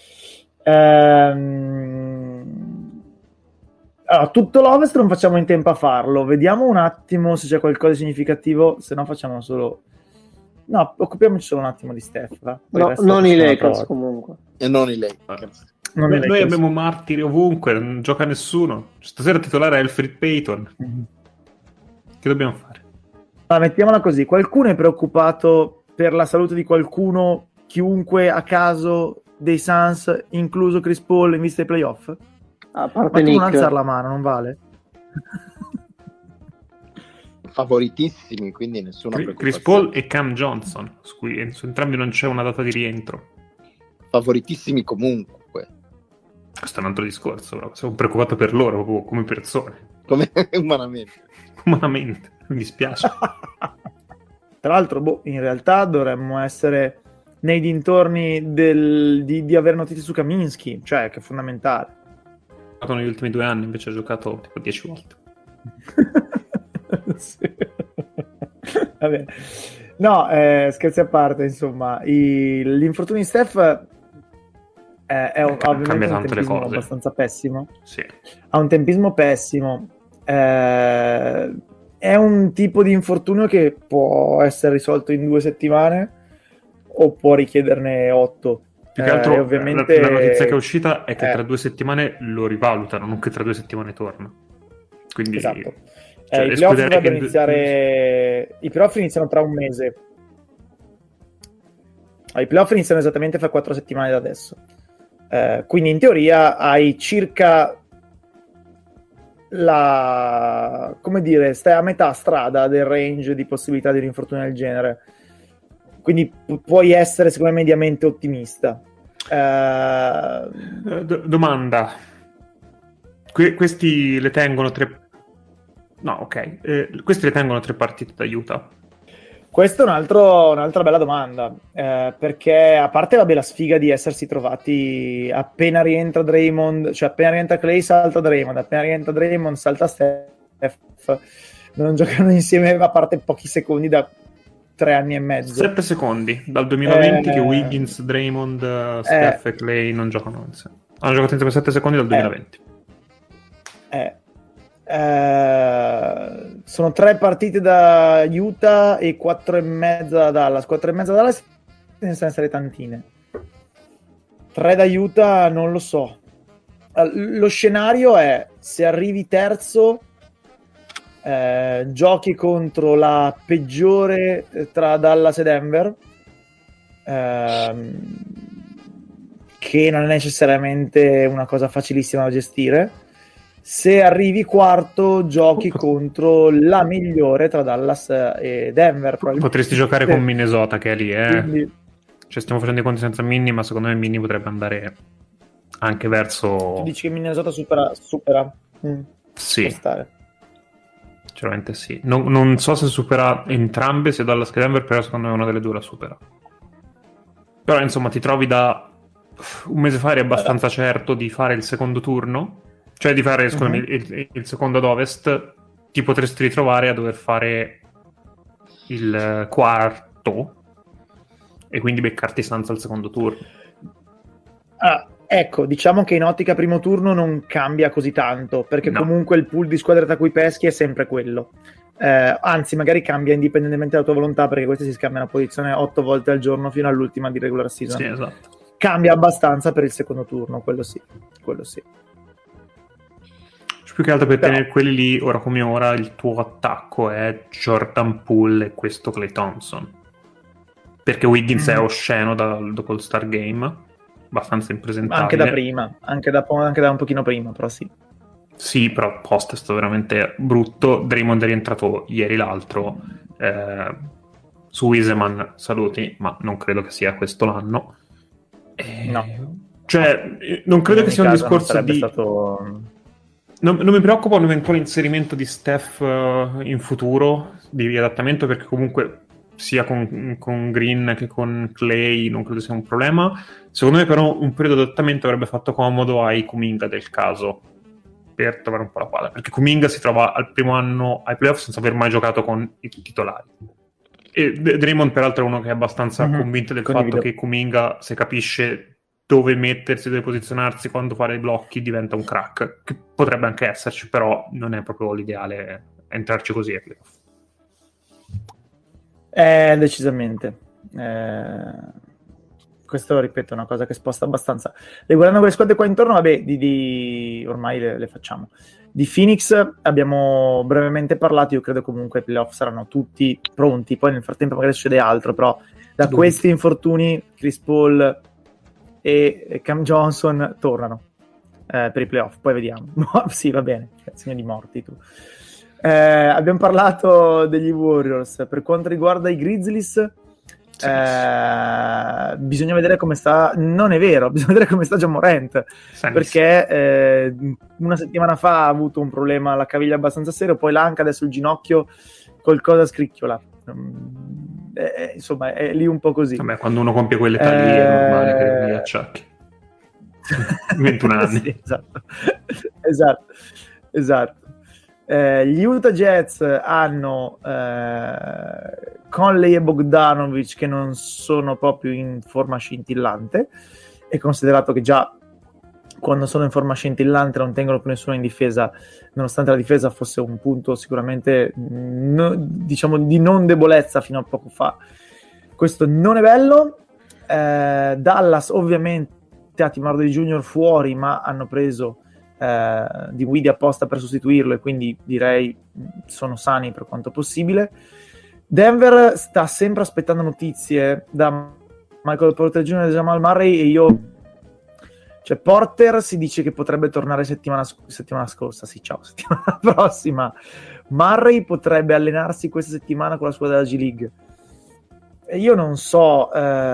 Allora, tutto l'Ovest non facciamo in tempo a farlo, vediamo un attimo se c'è qualcosa di significativo, se no facciamo solo occupiamoci solo un attimo di Steph, va? Non i Lakers comunque, e non i Lakers. Noi abbiamo martiri ovunque, non gioca nessuno. Stasera il titolare è Elfrid Payton. Che dobbiamo fare? Mettiamola così, qualcuno è preoccupato per la salute di qualcuno, chiunque a caso dei Suns, incluso Chris Paul, in vista dei playoff? A parte ma tu Nick. non alzare la mano, non vale? Favoritissimi, quindi nessuna Chris Paul e Cam Johnson, su cui su entrambi non c'è una data di rientro. Favoritissimi comunque. Questo è un altro discorso, però sono preoccupato per loro come persone. Come umanamente. Umanamente, mi dispiace. Tra l'altro, in realtà dovremmo essere nei dintorni di avere notizie su Kaminsky, cioè che è fondamentale. Negli ultimi 2 anni invece ha giocato tipo 10 volte. Sì. Va bene. No, scherzi a parte, insomma, l'infortunio di Steph è ovviamente un tempismo abbastanza pessimo. Sì. Ha un tempismo pessimo. È un tipo di infortunio che può essere risolto in 2 settimane o può richiederne 8. Più che altro ovviamente la notizia che è uscita è che tra 2 settimane lo rivalutano, non che tra 2 settimane torna. Quindi, esatto. Cioè, I playoff dovrebbero iniziare. I playoff iniziano tra un mese. I playoff iniziano esattamente fra 4 settimane da adesso. Quindi in teoria hai circa stai a metà strada del range di possibilità di un infortunio del genere. Quindi puoi essere, secondo me, mediamente ottimista. Domanda. Questi le tengono 3... No, ok. Questi le tengono 3 partite da Utah? Questa è un'altra bella domanda, perché a parte la sfiga di essersi trovati appena rientra Draymond, cioè appena rientra Clay salta Draymond, appena rientra Draymond salta Steph, non giocano insieme a parte pochi secondi da 3 anni e mezzo. 7 secondi, dal 2020 che Wiggins, Draymond, Steph e Clay non giocano insieme. Hanno giocato insieme 7 secondi dal 2020. Sono 3 partite da Utah e 4,5 da Dallas. 4,5 da Dallas possono essere tantine. 3 da Utah non lo so. Lo scenario è: se arrivi terzo, giochi contro la peggiore tra Dallas e Denver, che non è necessariamente una cosa facilissima da gestire. Se arrivi quarto, giochi contro la migliore tra Dallas e Denver. Potresti giocare con Minnesota, che è lì, Quindi, cioè, stiamo facendo i conti senza Minnie, ma secondo me Minnie potrebbe andare anche verso... tu dici che Minnesota supera? Sì. Può stare. Sinceramente sì. Non so se supera entrambe, sia Dallas che Denver, però secondo me una delle due la supera. Però insomma ti trovi da un mese fa eri abbastanza certo di fare il secondo turno, cioè di fare, scusami, il secondo ad ovest. Ti potresti ritrovare a dover fare il quarto e quindi beccarti stanza al secondo turno. Ecco, diciamo che in ottica primo turno non cambia così tanto, perché comunque il pool di squadre tra cui peschi è sempre quello. Anzi, magari cambia indipendentemente dalla tua volontà, perché questi si scambiano posizione 8 volte al giorno fino all'ultima di regular season. Sì, esatto. Cambia abbastanza per il secondo turno, quello sì. Più che altro per tenere quelli lì, ora come ora, il tuo attacco è Jordan Poole e questo Klay Thompson. Perché Wiggins è osceno dopo il Star Game, abbastanza impresentabile. Anche da prima, anche da un pochino prima, però sì. Sì, però post è stato veramente brutto. Draymond è rientrato ieri l'altro. Su Wiseman saluti, ma non credo che sia questo l'anno. No. Cioè, non credo che sia un discorso di... stato... Non mi preoccupa un eventuale inserimento di Steph in futuro, di adattamento, perché comunque sia con Green che con Clay non credo sia un problema. Secondo me però un periodo di adattamento avrebbe fatto comodo ai Kuminga del caso, per trovare un po' la quadra, perché Kuminga si trova al primo anno ai playoff senza aver mai giocato con i titolari. E Draymond peraltro è uno che è abbastanza convinto del fatto che Kuminga, se capisce dove mettersi, dove posizionarsi, quando fare i blocchi, diventa un crack, che potrebbe anche esserci, però non è proprio l'ideale entrarci così ai playoff. Decisamente. Questo, ripeto, è una cosa che sposta abbastanza. Riguardando quelle squadre qua intorno, vabbè, ormai le facciamo. Di Phoenix abbiamo brevemente parlato, io credo comunque i playoff saranno tutti pronti, poi nel frattempo magari succede altro, però da questi infortuni Chris Paul e Cam Johnson tornano per i playoff, poi vediamo. Sì, va bene, segno di morti tu. Abbiamo parlato degli Warriors. Per quanto riguarda i Grizzlies, bisogna vedere come sta. Non è vero, bisogna vedere come sta Ja Morant, perché una settimana fa ha avuto un problema alla caviglia abbastanza serio, poi l'anca, adesso il ginocchio qualcosa scricchiola. Insomma, è lì un po' così. Vabbè, quando uno compie quell'età lì è normale che gli acciacchi. 21 anni. Sì, esatto. Gli Utah Jazz hanno Conley e Bogdanovic che non sono proprio in forma scintillante, e considerato che già quando sono in forma scintillante non tengono più nessuno in difesa, nonostante la difesa fosse un punto sicuramente diciamo di non debolezza fino a poco fa. Questo non è bello. Dallas ovviamente ha Tim Hardaway Jr. fuori, ma hanno preso di Widi apposta per sostituirlo, e quindi direi sono sani per quanto possibile. Denver sta sempre aspettando notizie da Michael Porter Jr. e Jamal Murray, e io, cioè, Porter si dice che potrebbe tornare settimana scorsa, sì, ciao, settimana prossima. Murray potrebbe allenarsi questa settimana con la squadra della G League, e io non so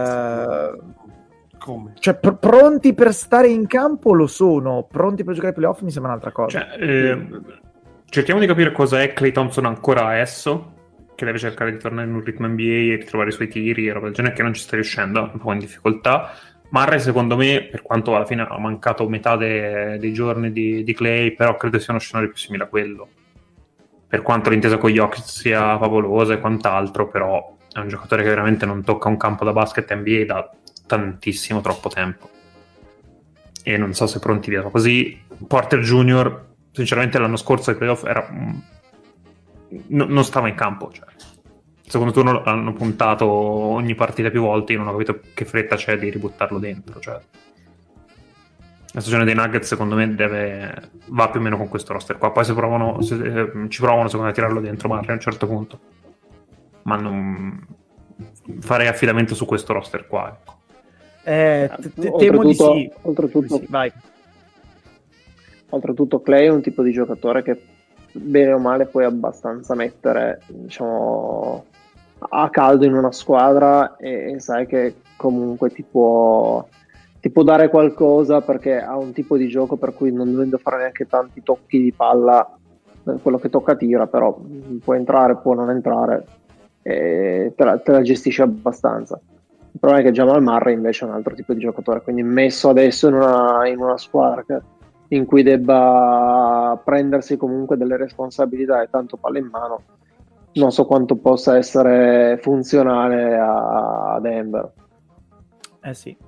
come? Cioè, pronti per stare in campo lo sono, pronti per giocare ai playoff mi sembra un'altra cosa. Cioè, cerchiamo di capire cosa è Klay Thompson ancora adesso, che deve cercare di tornare in un ritmo NBA e ritrovare i suoi tiri e roba del genere, che non ci sta riuscendo, un po' in difficoltà. Murray secondo me, per quanto alla fine ha mancato metà dei giorni di Klay, però credo sia uno scenario più simile a quello, per quanto l'intesa con Jokic sia favolosa e quant'altro, però è un giocatore che veramente non tocca un campo da basket NBA da tantissimo, troppo tempo, e non so se pronti via così. Porter Jr. sinceramente l'anno scorso ai playoff non stava in campo, cioè il secondo turno l'hanno puntato ogni partita più volte, io non ho capito che fretta c'è di ributtarlo dentro, cioè la stagione dei Nuggets secondo me va più o meno con questo roster qua, poi ci provano secondo me a tirarlo dentro Murray a un certo punto, ma farei affidamento su questo roster qua. Temo di sì. Oltretutto, Sì, vai. Oltretutto Clay è un tipo di giocatore che bene o male puoi abbastanza mettere, diciamo, a caldo in una squadra e sai che comunque ti può dare qualcosa, perché ha un tipo di gioco per cui non dovendo fare neanche tanti tocchi di palla, quello che tocca tira, però può entrare, può non entrare, e te la gestisce abbastanza. Il problema è che Jamal Murray invece è un altro tipo di giocatore, quindi messo adesso in una squadra in cui debba prendersi comunque delle responsabilità e tanto palla in mano, non so quanto possa essere funzionale a Denver. Sì.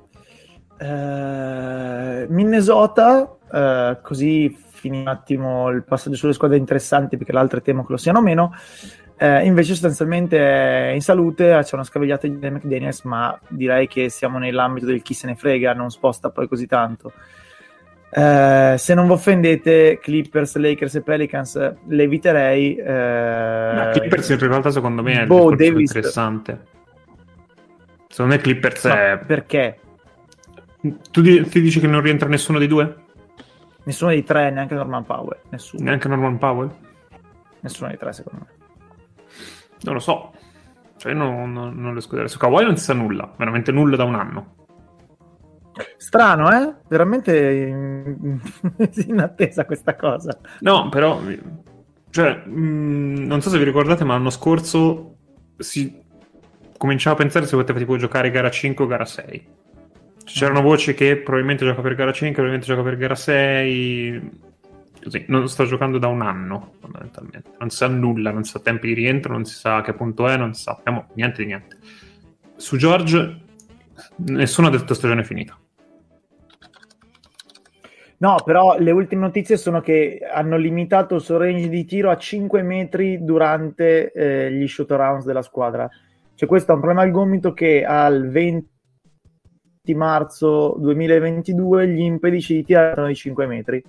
Minnesota, così fini un attimo il passaggio sulle squadre interessanti, perché l'altro temo che lo siano meno. Invece sostanzialmente è in salute, c'è una scavigliata di McDaniels, ma direi che siamo nell'ambito del chi se ne frega, non sposta poi così tanto. Se non vi offendete, Clippers, Lakers e Pelicans le eviterei. Clippers in realtà secondo me è il Bo discorso Davis. interessante. Secondo me Clippers è... Perché? Tu ti dici che non rientra nessuno dei due? Nessuno dei tre, neanche Norman Powell. Nessuno. Neanche Norman Powell? Nessuno dei tre, secondo me. Non lo so. Cioè, non riesco a vedere. Su Kawhi non si sa nulla, veramente nulla da un anno. Strano, veramente in attesa questa cosa. No, però, cioè, non so se vi ricordate, ma l'anno scorso si cominciava a pensare se poteva tipo giocare gara 5 o gara 6. C'erano voci che probabilmente gioca per gara 5, probabilmente gioca per gara 6. Così, non sto giocando da un anno, fondamentalmente. Non si sa nulla, non si sa tempi di rientro, non si sa a che punto è, non sappiamo niente di niente. Su George, nessuno ha detto stagione finita. No, però le ultime notizie sono che hanno limitato il suo range di tiro a 5 metri durante gli shoot arounds della squadra. Cioè, questo è un problema al gomito che al 20 marzo 2022 gli impedisce di tirare di 5 metri.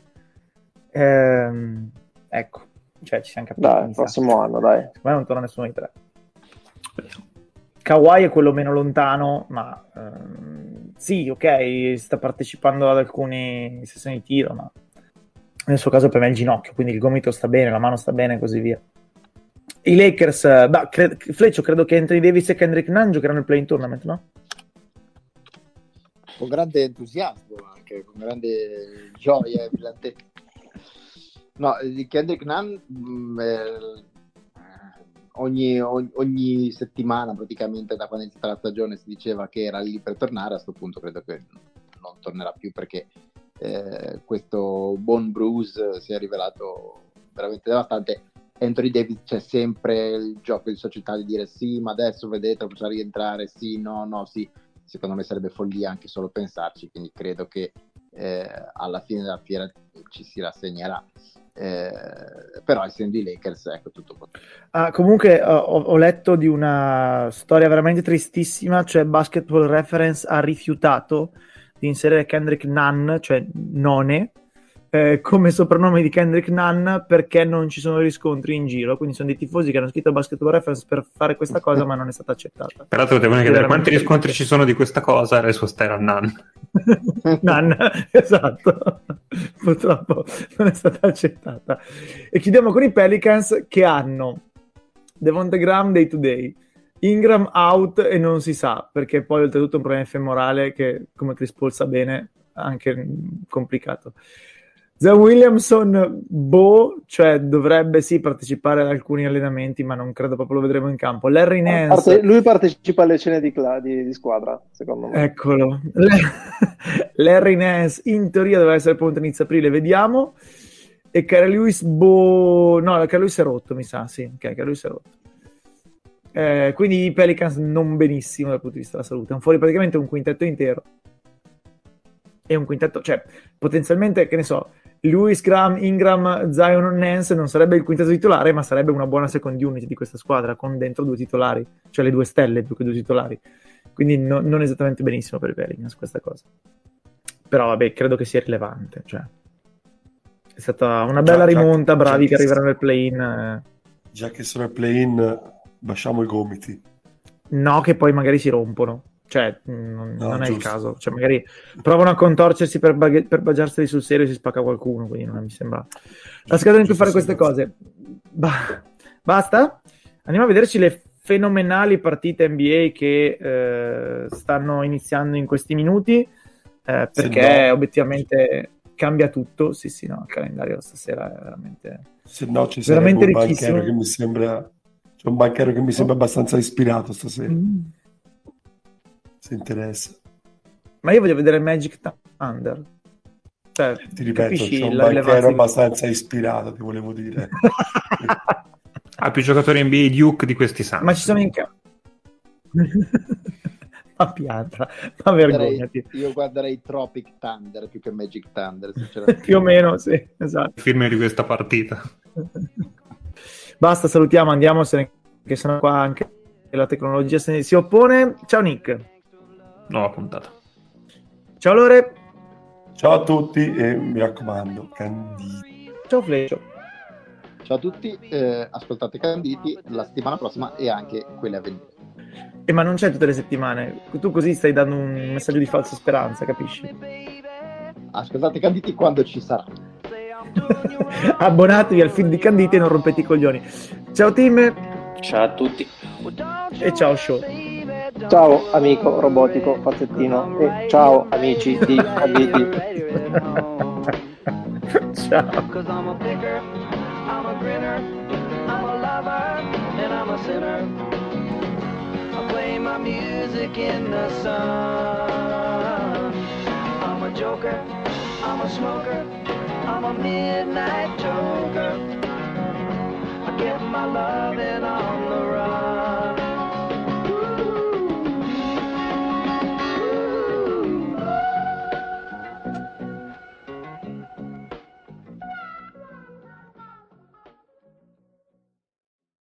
Ecco, cioè ci siamo capiti. Dai, il prossimo anno, dai. Secondo me non torna nessuno dei tre. Kawhi è quello meno lontano, ma sì, ok, sta partecipando ad alcune sessioni di tiro, ma nel suo caso per me è il ginocchio, quindi il gomito sta bene, la mano sta bene e così via. I Lakers, Fleccio, credo che Anthony Davis e Kendrick Nunn giocheranno il play-in tournament, no? Con grande entusiasmo, anche con grande gioia e brillantezza. No, di Kendrick Nunn ogni settimana praticamente da quando è iniziata la stagione si diceva che era lì per tornare. A questo punto credo che non tornerà più, perché questo bone bruise si è rivelato veramente devastante. Anthony Davis c'è sempre il gioco di società di dire sì, ma adesso vedete possiamo rientrare, sì, no, sì. Secondo me sarebbe follia anche solo pensarci, quindi credo che alla fine della fiera ci si rassegnerà. Però essendo i Lakers, ecco tutto qua. Comunque ho letto di una storia veramente tristissima, cioè Basketball Reference ha rifiutato di inserire Kendrick Nunn, cioè None, come soprannome di Kendrick Nunn, perché non ci sono riscontri in giro, quindi sono dei tifosi che hanno scritto Basketball Reference per fare questa cosa, ma non è stata accettata. Peraltro devo chiedere quanti riscontri ci sono di questa cosa, la risposta era Nunn. Nunn, esatto, purtroppo non è stata accettata. E chiudiamo con i Pelicans, che hanno Devonte Graham day to day, Ingram out e non si sa, perché poi oltretutto è un problema femorale che, come Chris Paul sa bene, è anche complicato. Zion Williamson, cioè dovrebbe sì partecipare ad alcuni allenamenti, ma non credo proprio lo vedremo in campo. Larry Nance, lui partecipa alle cene di squadra, secondo me. Eccolo. Larry Nance in teoria doveva essere pronto inizio aprile, vediamo. E Kyle Lewis, no, Kyle Lewis è rotto, mi sa, sì, ok, Kyle Lewis è rotto. Quindi i Pelicans non benissimo dal punto di vista della salute, hanno fuori praticamente un quintetto intero. E un quintetto, cioè potenzialmente, che ne so, Lewis, Graham, Ingram, Zion, Nance non sarebbe il quintetto titolare, ma sarebbe una buona second unit di questa squadra, con dentro due titolari, cioè le due stelle più che due titolari. Quindi non esattamente benissimo per i Pelicans questa cosa. Però vabbè, credo che sia rilevante, cioè è stata una bella rimonta, bravi che arriveranno al play-in. Già che sono al play-in, basciamo i gomiti. no, che poi magari si rompono. Cioè, non è il giusto. caso. Cioè, magari provano a contorcersi per baciarseli sul serio e si spacca qualcuno, quindi non mi sembra la scatola in cui fare queste cose. Basta? Andiamo a vederci le fenomenali partite NBA che stanno iniziando in questi minuti, perché obiettivamente cambia tutto. Sì, no, il calendario stasera è veramente... Se no ci veramente sarebbe un ricchissimo. banchero che mi sembra... C'è un banchero che mi sembra abbastanza ispirato stasera. Se interessa. Ma io voglio vedere Magic Thunder. Cioè, Ti ripeto, capisci c'è un la rilevanza banchero di- abbastanza ispirato, ti volevo dire. Ha più giocatori NBA Duke di questi Suns. Ma ci sono in campo. Ma pianta, ma vergognati. Io guarderei Tropic Thunder più che Magic Thunder, sinceramente. Più o meno, sì, esatto. Firme di questa partita. Basta, salutiamo, andiamo, che sono qua anche la tecnologia si oppone. Ciao Nick. Nuova puntata. Ciao Lore. Ciao a tutti e mi raccomando, Canditi. Ciao Fleccio. Ciao a tutti, ascoltate Canditi la settimana prossima e anche quelle a venire. Ma non c'è tutte le settimane. Tu così stai dando un messaggio di falsa speranza, capisci? Ascoltate Canditi quando ci sarà. Abbonatevi al feed di Canditi e non rompete i coglioni. Ciao team. Ciao a tutti. E ciao show. Ciao amico robotico pazzettino e ciao amici di Canditi. Ciao. My music in the sun. I'm a joker, I'm a smoker, I'm a midnight joker. I get my loving on the road.